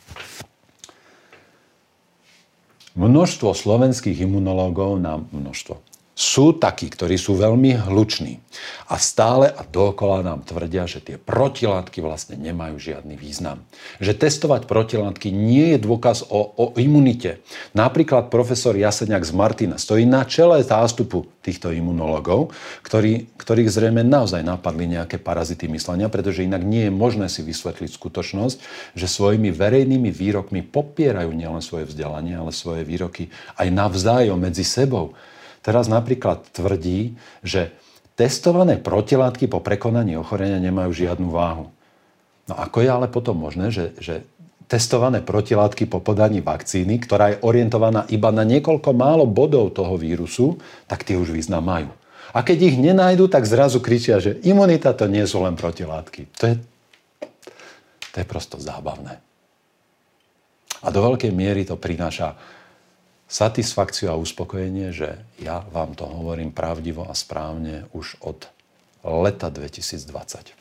Množstvo slovenských imunológov, nám množstvo, sú takí, ktorí sú veľmi hluční a stále a dookola nám tvrdia, že tie protilátky vlastne nemajú žiadny význam. Že testovať protilátky nie je dôkaz o, o imunite. Napríklad profesor Jaseniak z Martina stojí na čele zástupu týchto imunológov, ktorí, ktorých zrejme naozaj napadli nejaké parazity myslenia, pretože inak nie je možné si vysvetliť skutočnosť, že svojimi verejnými výrokmi popierajú nielen svoje vzdelanie, ale svoje výroky aj navzájom medzi sebou. Teraz napríklad tvrdí, že testované protilátky po prekonaní ochorenia nemajú žiadnu váhu. No ako je ale potom možné, že, že testované protilátky po podaní vakcíny, ktorá je orientovaná iba na niekoľko málo bodov toho vírusu, tak tie už význam majú. A keď ich nenájdu, tak zrazu kričia, že imunita to nie sú len protilátky. To je, to je prosto zábavné. A do veľkej miery to prináša satisfakciu a uspokojenie, že ja vám to hovorím pravdivo a správne už od leta dvetisícdvadsať.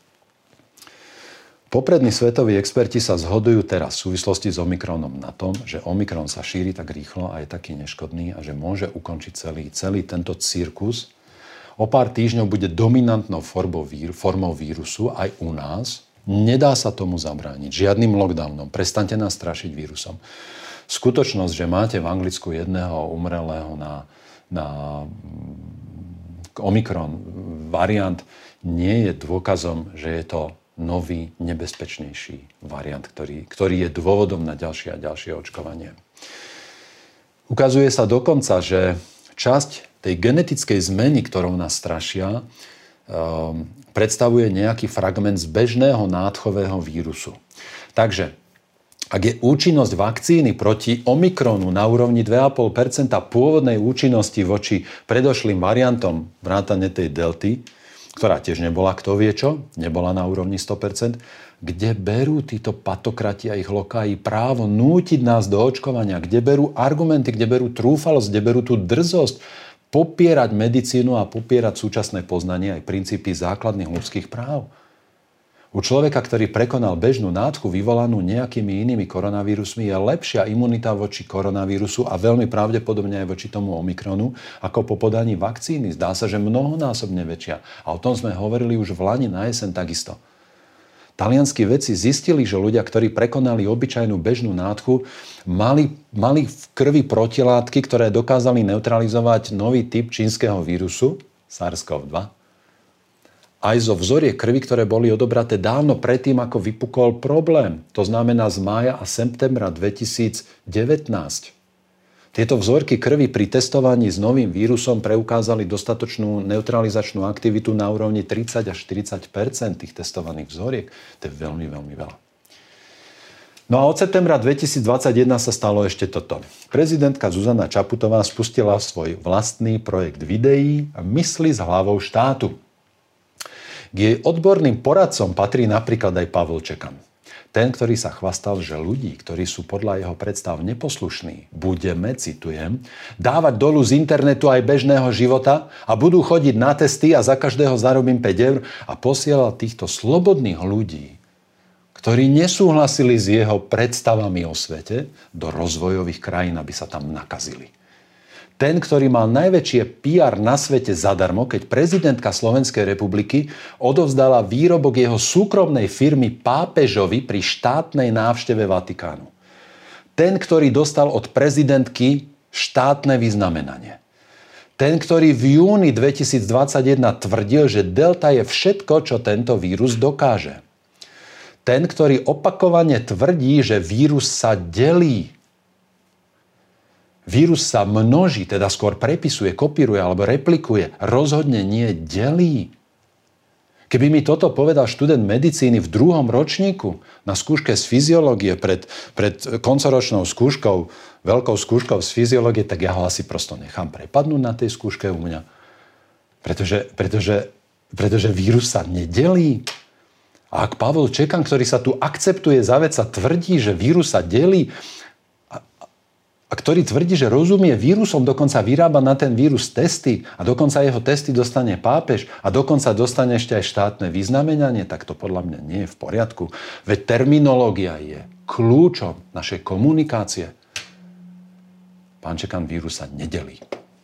Poprední svetoví experti sa zhodujú teraz v súvislosti s Omikronom na tom, že Omikron sa šíri tak rýchlo a je taký neškodný a že môže ukončiť celý, celý tento cirkus. O pár týždňov bude dominantnou formou, vír, formou vírusu aj u nás. Nedá sa tomu zabrániť žiadnym lockdownom. Prestaňte nás strašiť vírusom. Skutočnosť, že máte v Anglicku jedného umrelého na, na Omikron variant, nie je dôkazom, že je to nový, nebezpečnejší variant, ktorý, ktorý je dôvodom na ďalšie a ďalšie očkovanie. Ukazuje sa dokonca, že časť tej genetickej zmeny, ktorou nás strašia, um, predstavuje nejaký fragment z bežného nádchového vírusu. Takže ak je účinnosť vakcíny proti Omikronu na úrovni dva a pol percenta pôvodnej účinnosti voči predošlým variantom vrátane tej delty, ktorá tiež nebola kto vie čo, nebola na úrovni sto percent, kde berú títo patokrati a ich lokaji právo nútiť nás do očkovania, kde berú argumenty, kde berú trúfalosť, kde berú tú drzosť popierať medicínu a popierať súčasné poznanie aj princípy základných ľudských práv. U človeka, ktorý prekonal bežnú nádchu vyvolanú nejakými inými koronavírusmi, je lepšia imunita voči koronavírusu a veľmi pravdepodobne aj voči tomu Omikronu, ako po podaní vakcíny. Zdá sa, že mnohonásobne väčšia. A o tom sme hovorili už v lani na jeseň takisto. Talianskí vedci zistili, že ľudia, ktorí prekonali obyčajnú bežnú nádchu, mali, mali v krvi protilátky, ktoré dokázali neutralizovať nový typ čínskeho vírusu, SARS CoV dva, aj zo vzoriek krvi, ktoré boli odobraté dávno predtým, ako vypukol problém. To znamená z mája a septembra dvetisícdevätnásť. Tieto vzorky krvi pri testovaní s novým vírusom preukázali dostatočnú neutralizačnú aktivitu na úrovni tridsať až štyridsať percent tých testovaných vzoriek. To je veľmi, veľmi veľa. No a od septembra dvetisícdvadsaťjeden sa stalo ešte toto. Prezidentka Zuzana Čaputová spustila svoj vlastný projekt videí Mysli s hlavou štátu. K jej odborným poradcom patrí napríklad aj Pavel Čekan. Ten, ktorý sa chvastal, že ľudí, ktorí sú podľa jeho predstav neposlušní, budeme, citujem, dávať dolu z internetu aj bežného života a budú chodiť na testy a za každého zarobím päť eur a posielal týchto slobodných ľudí, ktorí nesúhlasili s jeho predstavami o svete, do rozvojových krajín, aby sa tam nakazili. Ten, ktorý mal najväčšie pé er na svete zadarmo, keď prezidentka Slovenskej republiky odovzdala výrobok jeho súkromnej firmy pápežovi pri štátnej návšteve Vatikánu. Ten, ktorý dostal od prezidentky štátne vyznamenanie. Ten, ktorý v júni dvetisícdvadsaťjeden tvrdil, že delta je všetko, čo tento vírus dokáže. Ten, ktorý opakovane tvrdí, že vírus sa delí. Vírus sa množí, teda skôr prepisuje, kopíruje alebo replikuje. Rozhodne nie delí. Keby mi toto povedal študent medicíny v druhom ročníku na skúške z fyziológie pred, pred koncoročnou skúškou, veľkou skúškou z fyziológie, tak ja ho asi prosto nechám prepadnúť na tej skúške u mňa. Pretože, pretože, pretože vírus sa nedelí. A ak Pavel Čekan, ktorý sa tu akceptuje za vec, sa tvrdí, že vírus sa delí, a ktorý tvrdí, že rozumie vírusom, dokonca vyrába na ten vírus testy a dokonca jeho testy dostane pápež a dokonca dostane ešte aj štátne vyznamenanie, tak to podľa mňa nie je v poriadku. Veď terminológia je kľúčom našej komunikácie. Pán Čekan, vírus sa nedelí.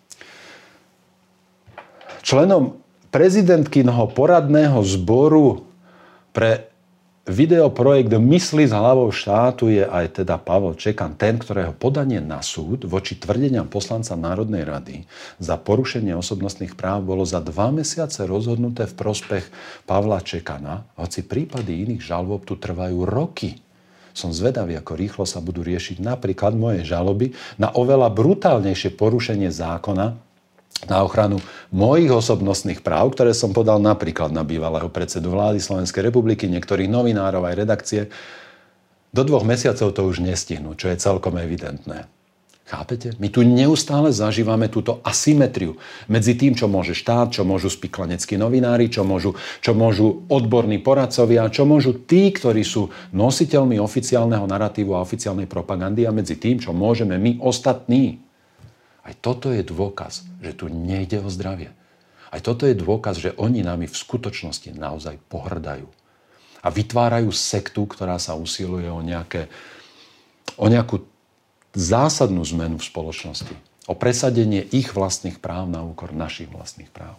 Členom prezidentkynho poradného zboru pre videoprojekt Mysli s hlavou štátu je aj teda Pavel Čekan, ten, ktorého podanie na súd voči tvrdeniam poslanca Národnej rady za porušenie osobnostných práv bolo za dva mesiace rozhodnuté v prospech Pavla Čekana, hoci prípady iných žalob tu trvajú roky. Som zvedavý, ako rýchlo sa budú riešiť napríklad moje žaloby na oveľa brutálnejšie porušenie zákona na ochranu mojich osobnostných práv, ktoré som podal napríklad na bývalého predsedu vlády Slovenskej republiky, niektorých novinárov aj redakcie. Do dvoch mesiacov to už nestihnú, čo je celkom evidentné. Chápete? My tu neustále zažívame túto asymetriu medzi tým, čo môže štát, čo môžu spiklaneckí novinári, čo môžu, čo môžu odborní poradcovia, čo môžu tí, ktorí sú nositeľmi oficiálneho naratívu a oficiálnej propagandy a medzi tým, čo môžeme my ostatní. Aj toto je dôkaz, že tu nejde o zdravie. Aj toto je dôkaz, že oni nami v skutočnosti naozaj pohrdajú. A vytvárajú sektu, ktorá sa usiluje o, nejaké, o nejakú zásadnú zmenu v spoločnosti. O presadenie ich vlastných práv na úkor našich vlastných práv.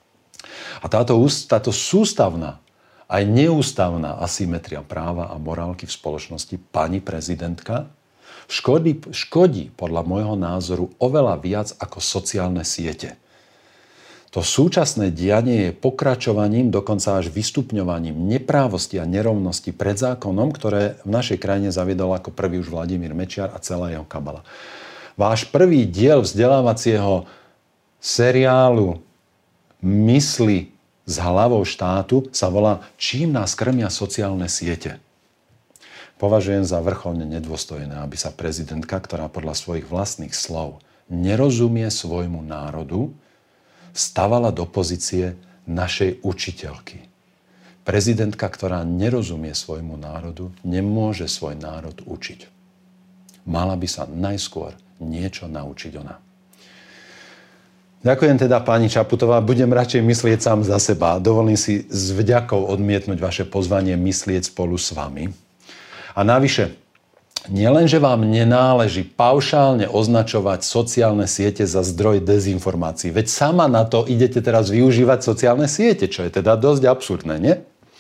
A táto, táto sústavná aj neústavná asymetria práva a morálky v spoločnosti pani prezidentka Škodí, škodí podľa môjho názoru oveľa viac ako sociálne siete. To súčasné dianie je pokračovaním, dokonca až vystupňovaním neprávosti a nerovnosti pred zákonom, ktoré v našej krajine zaviedol ako prvý už Vladimír Mečiar a celá jeho kabala. Váš prvý diel vzdelávacieho seriálu Mysli s hlavou štátu sa volá Čím nás krmia sociálne siete. Považujem za vrcholne nedôstojné, aby sa prezidentka, ktorá podľa svojich vlastných slov nerozumie svojmu národu, stavala do pozície našej učiteľky. Prezidentka, ktorá nerozumie svojmu národu, nemôže svoj národ učiť. Mala by sa najskôr niečo naučiť ona. Ďakujem teda pani Čaputová, budem radšej myslieť sám za seba. Dovolím si s vďakou odmietnúť vaše pozvanie myslieť spolu s vami. A navyše, nielenže vám nenáleží paušálne označovať sociálne siete za zdroj dezinformácií, veď sama na to idete teraz využívať sociálne siete, čo je teda dosť absurdné, nie?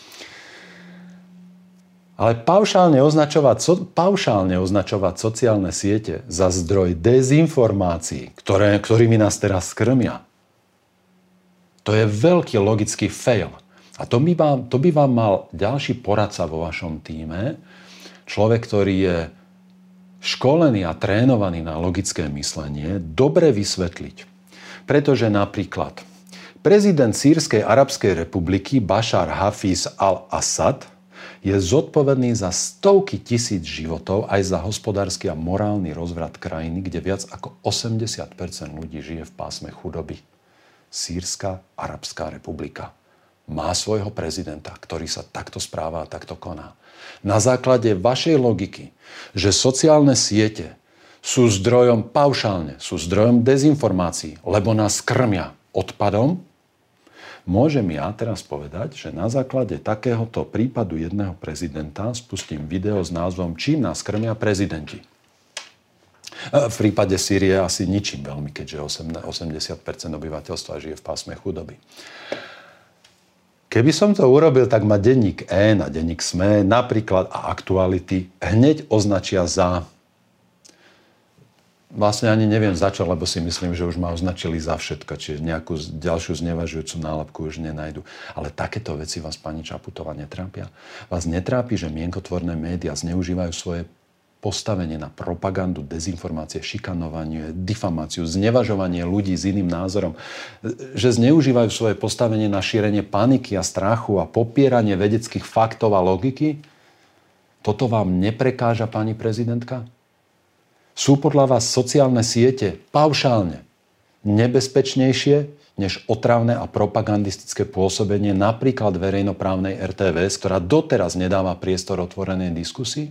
Ale paušálne označovať, so, paušálne označovať sociálne siete za zdroj dezinformácií, ktoré, ktorými nás teraz krmia, to je veľký logický fail. A to by vám, to by vám mal ďalší poradca vo vašom tíme, človek, ktorý je školený a trénovaný na logické myslenie, dobre vysvetliť. Pretože napríklad prezident Sýrskej arabskej republiky Bašar Hafiz al-Assad je zodpovedný za stovky tisíc životov aj za hospodársky a morálny rozvrat krajiny, kde viac ako osemdesiat percent ľudí žije v pásme chudoby. Sýrska arabská republika. má svojho prezidenta, ktorý sa takto správa a takto koná. Na základe vašej logiky, že sociálne siete sú zdrojom paušálne, sú zdrojom dezinformácií, lebo nás krmia odpadom, môžem ja teraz povedať, že na základe takéhoto prípadu jedného prezidenta spustím video s názvom Čím nás krmia prezidenti. V prípade Sýrie asi ničím veľmi, keďže osemdesiat percent obyvateľstva žije v pásme chudoby. Keby som to urobil, tak ma denník N a denník SME napríklad a Aktuality hneď označia za... Vlastne ani neviem za čo, lebo si myslím, že už ma označili za všetko, čiže nejakú ďalšiu znevažujúcu nálepku už nenajdu. Ale takéto veci vás, pani Čaputová, netrápia? Vás netrápi, že mienkotvorné médiá zneužívajú svoje postavenie na propagandu, dezinformácie, šikanovanie, difamáciu, znevažovanie ľudí s iným názorom, že zneužívajú svoje postavenie na šírenie paniky a strachu a popieranie vedeckých faktov a logiky? Toto vám neprekáža, pani prezidentka? Sú podľa vás sociálne siete paušálne nebezpečnejšie než otravné a propagandistické pôsobenie napríklad verejnoprávnej er té vé es, ktorá doteraz nedáva priestor otvorenej diskusii?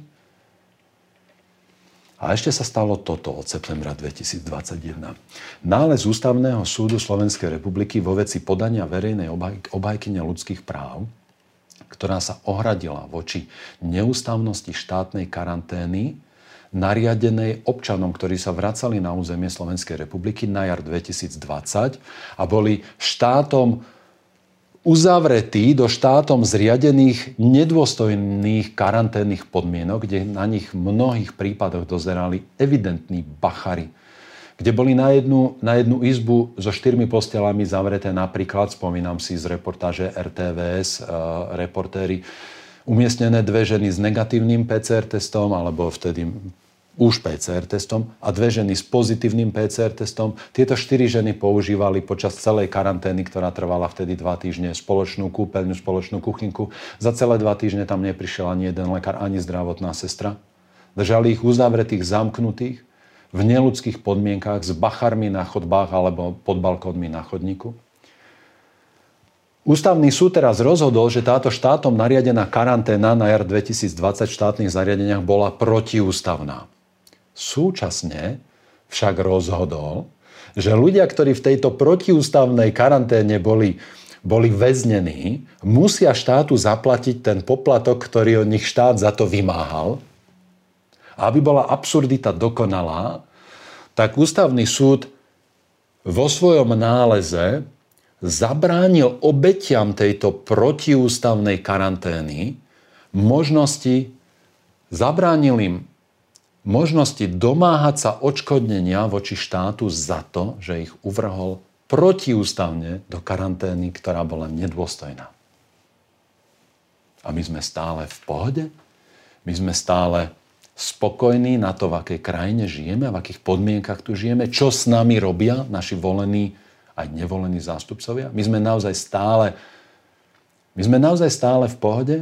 A ešte sa stalo toto od septembra dvetisícdvadsaťjeden. Nález Ústavného súdu Slovenskej republiky vo veci podania verejnej obhaj- obhajkyne ľudských práv, ktorá sa ohradila voči neústavnosti štátnej karantény nariadenej občanom, ktorí sa vracali na územie Slovenskej republiky na jar dvetisícdvadsať a boli štátom uzavretí do štátom zriadených nedôstojných karanténnych podmienok, kde na nich v mnohých prípadoch dozerali evidentní bachari, kde boli na jednu, na jednu izbu so štyrmi postelami zavreté napríklad, spomínam si z reportáže er té vé es, uh, reportéri, umiestnené dve ženy s negatívnym pé cé er testom, alebo vtedy už pé cé er testom, a dve ženy s pozitívnym pé cé er testom. Tieto štyri ženy používali počas celej karantény, ktorá trvala vtedy dva týždne, spoločnú kúpeľňu, spoločnú kuchynku. Za celé dva týždne tam neprišiel ani jeden lekár, ani zdravotná sestra. Držali ich uzavretých, zamknutých, v neľudských podmienkách, s bacharmi na chodbách alebo pod balkónmi na chodníku. Ústavný súd teraz rozhodol, že táto štátom nariadená karanténa na jar dvetisícdvadsať v štátnych zariadeniach bola protiústavná. Súčasne však rozhodol, že ľudia, ktorí v tejto protiústavnej karanténe boli, boli väznení, musia štátu zaplatiť ten poplatok, ktorý od nich štát za to vymáhal. A aby bola absurdita dokonalá, tak Ústavný súd vo svojom náleze zabránil obetiam tejto protiústavnej karantény možnosti, zabránil im možnosti domáhať sa odškodnenia voči štátu za to, že ich uvrhol protiústavne do karantény, ktorá bola nedôstojná. A my sme stále v pohode? My sme stále spokojní na to, v akej krajine žijeme, v akých podmienkach tu žijeme, čo s nami robia naši volení aj nevolení zástupcovia? My sme naozaj stále, my sme naozaj stále v pohode?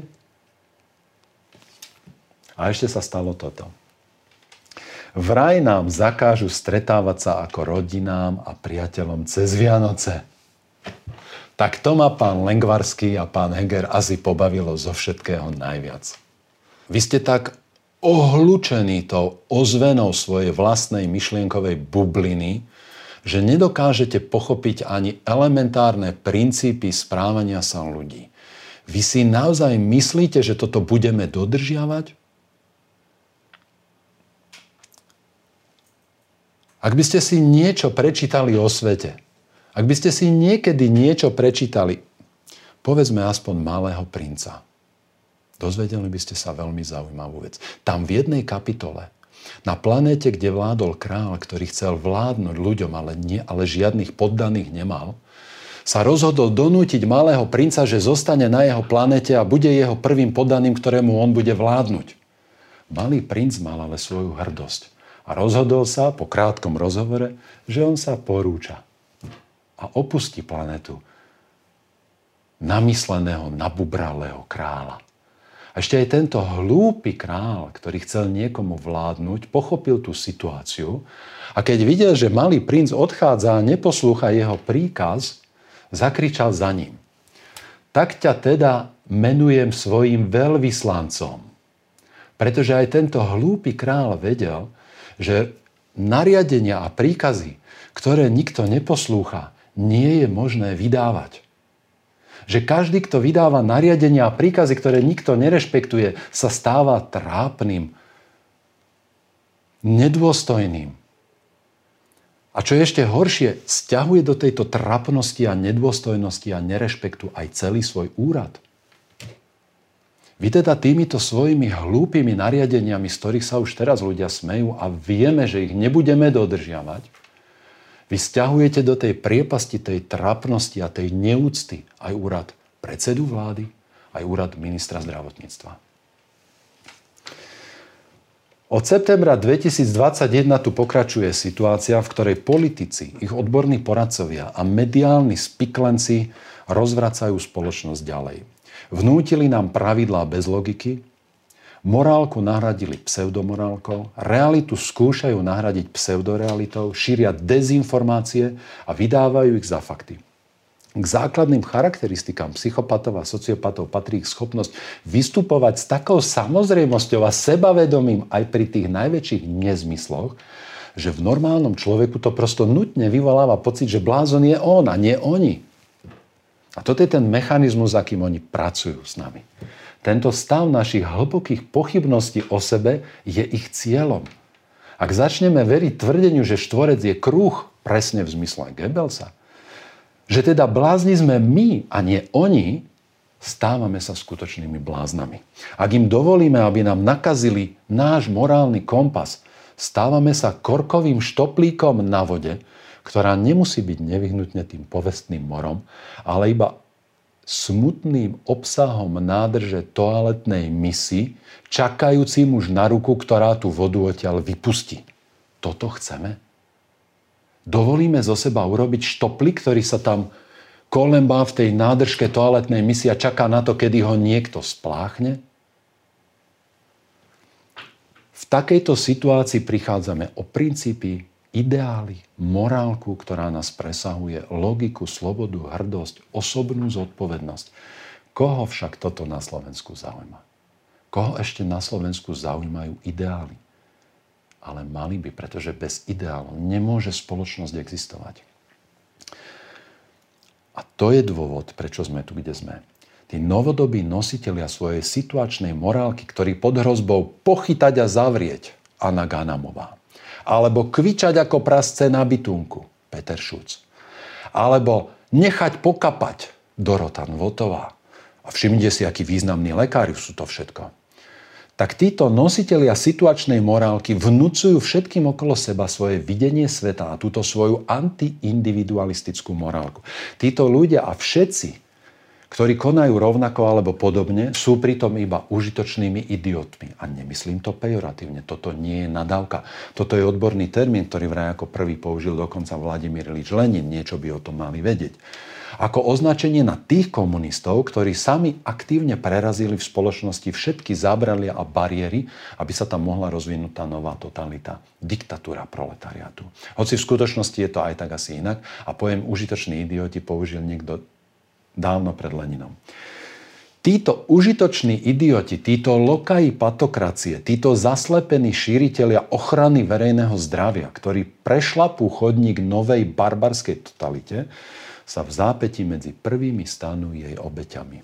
A ešte sa stalo toto. Vraj nám zakážu stretávať sa ako rodinám a priateľom cez Vianoce. Tak to ma pán Lengvarský a pán Heger asi pobavilo zo všetkého najviac. Vy ste tak ohlučení tou ozvenou svojej vlastnej myšlienkovej bubliny, že nedokážete pochopiť ani elementárne princípy správania sa ľudí. Vy si naozaj myslíte, že toto budeme dodržiavať? Ak by ste si niečo prečítali o svete, ak by ste si niekedy niečo prečítali, povedzme aspoň Malého princa, dozvedeli by ste sa veľmi zaujímavú vec. Tam v jednej kapitole, na planéte, kde vládol kráľ, ktorý chcel vládnuť ľuďom, ale, nie, ale žiadnych poddaných nemal, sa rozhodol donútiť Malého princa, že zostane na jeho planéte a bude jeho prvým poddaným, ktorému on bude vládnuť. Malý princ mal ale svoju hrdosť. A rozhodol sa po krátkom rozhovore, že on sa porúča a opustí planetu namysleného, nabubralého kráľa. A ešte aj tento hlúpy král, ktorý chcel niekomu vládnuť, pochopil tú situáciu a keď videl, že malý princ odchádza a neposlúcha jeho príkaz, zakričal za ním. tak ťa teda menujem svojim veľvyslancom. Pretože aj tento hlúpy král vedel, že nariadenia a príkazy, ktoré nikto neposlúcha, nie je možné vydávať. Že každý, kto vydáva nariadenia a príkazy, ktoré nikto nerešpektuje, sa stáva trápnym, nedôstojným. A čo je ešte horšie, sťahuje do tejto trápnosti a nedôstojnosti a nerešpektu aj celý svoj úrad. Vy teda týmito svojimi hlúpými nariadeniami, z ktorých sa už teraz ľudia smejú a vieme, že ich nebudeme dodržiavať, vy sťahujete do tej priepasti, tej trápnosti a tej neúcty aj úrad predsedu vlády, aj úrad ministra zdravotníctva. Od septembra dvetisícdvadsaťjeden tu pokračuje situácia, v ktorej politici, ich odborní poradcovia a mediálni spiklenci rozvracajú spoločnosť ďalej. Vnútili nám pravidlá bez logiky, morálku nahradili pseudomorálkou, realitu skúšajú nahradiť pseudorealitou, šíria dezinformácie a vydávajú ich za fakty. K základným charakteristikám psychopatov a sociopatov patrí ich schopnosť vystupovať s takou samozrejmosťou a sebavedomím aj pri tých najväčších nezmysloch, že v normálnom človeku to prosto nutne vyvoláva pocit, že blázon je on a nie oni. A toto je ten mechanizmus, akým oni pracujú s nami. Tento stav našich hlbokých pochybností o sebe je ich cieľom. Ak začneme veriť tvrdeniu, že štvorec je kruh, presne v zmysle Goebbelsa, že teda blázni sme my a nie oni, stávame sa skutočnými bláznami. Ak im dovolíme, aby nám nakazili náš morálny kompas, stávame sa korkovým štoplíkom na vode, ktorá nemusí byť nevyhnutne tým povestným morom, ale iba smutným obsahom nádrže toaletnej misy, čakajúcim už na ruku, ktorá tú vodu odtiaľ vypustí. Toto chceme? Dovolíme zo seba urobiť štoplik, ktorý sa tam kolembá v tej nádržke toaletnej misy a čaká na to, kedy ho niekto spláchne? V takejto situácii prichádzame o princípy, ideály, morálku, ktorá nás presahuje, logiku, slobodu, hrdosť, osobnú zodpovednosť. Koho však toto na Slovensku zaujíma? Koho ešte na Slovensku zaujímajú ideály? Ale mali by, pretože bez ideálov nemôže spoločnosť existovať. A to je dôvod, prečo sme tu, kde sme. Tí novodobí nositelia svojej situačnej morálky, ktorí pod hrozbou pochytať a zavrieť, Anna Ganamová, alebo kvičať ako prasce na bytunku, Peter Šuc. Alebo nechať pokapať, Dorota Nvotová. A všimnite si, akí významní lekári sú to všetko. Tak títo nositelia situačnej morálky vnúcujú všetkým okolo seba svoje videnie sveta a túto svoju antiindividualistickú morálku. Títo ľudia a všetci, ktorí konajú rovnako alebo podobne, sú pritom iba užitočnými idiotmi. A nemyslím to pejoratívne. Toto nie je nadávka. Toto je odborný termín, ktorý vraj ako prvý použil dokonca Vladimír Ilič Lenin. Niečo by o tom mali vedieť. Ako označenie na tých komunistov, ktorí sami aktívne prerazili v spoločnosti všetky zábralia a bariéry, aby sa tam mohla rozvinúť tá nová totalita. Diktatúra proletariátu. Hoci v skutočnosti je to aj tak asi inak a pojem užitoční idioti použil niekto dávno pred Leninom. Títo užitoční idioti, títo lokaji patokracie, títo zaslepení šíritelia ochrany verejného zdravia, ktorí prešlapú chodník novej barbarskej totalite, sa v zápätí medzi prvými stanú jej obeťami.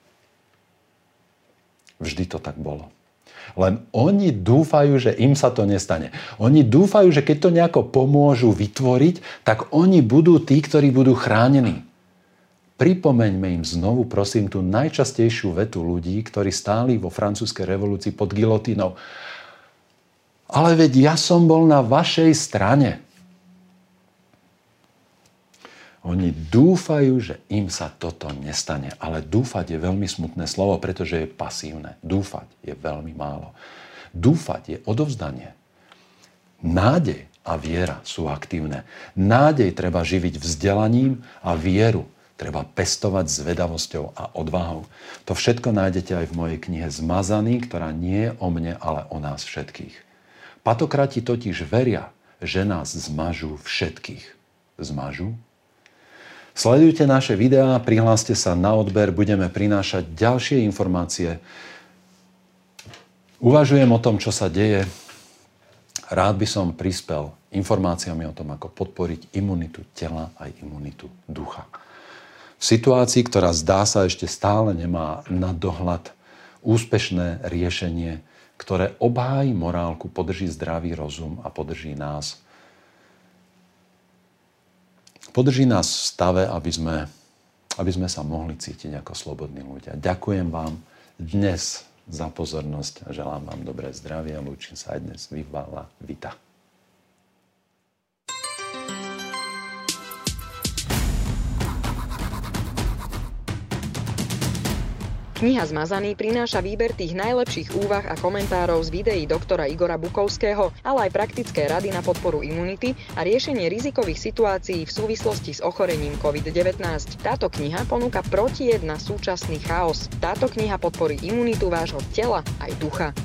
Vždy to tak bolo. Len oni dúfajú, že im sa to nestane. Oni dúfajú, že keď to nejako pomôžu vytvoriť, tak oni budú tí, ktorí budú chránení. Pripomeňme im znovu, prosím, tú najčastejšiu vetu ľudí, ktorí stáli vo francúzskej revolúcii pod gilotínou. Ale veď ja som bol na vašej strane. Oni dúfajú, že im sa toto nestane. Ale dúfať je veľmi smutné slovo, pretože je pasívne. Dúfať je veľmi málo. Dúfať je odovzdanie. Nádej a viera sú aktívne. Nádej treba živiť vzdelaním a vieru treba pestovať zvedavosťou a odvahou. To všetko nájdete aj v mojej knihe Zmazaný, ktorá nie je o mne, ale o nás všetkých. Patokrati totiž veria, že nás zmažú všetkých. Zmažú? Sledujte naše videá, prihláste sa na odber, budeme prinášať ďalšie informácie. Uvažujem o tom, čo sa deje. Rád by som prispel informáciami o tom, ako podporiť imunitu tela aj imunitu ducha. V situácii, ktorá zdá sa ešte stále nemá na dohľad úspešné riešenie, ktoré obhájí morálku, podrží zdravý rozum a podrží nás Podrží nás v stave, aby sme, aby sme sa mohli cítiť ako slobodní ľudia. Ďakujem vám dnes za pozornosť a želám vám dobré zdravie a lúčim sa aj dnes. Vyvala Vita. Kniha Zmazaný prináša výber tých najlepších úvah a komentárov z videí doktora Igora Bukovského, ale aj praktické rady na podporu imunity a riešenie rizikových situácií v súvislosti s ochorením covid devätnásť. Táto kniha ponúka protijed na súčasný chaos. Táto kniha podporí imunitu vášho tela aj ducha.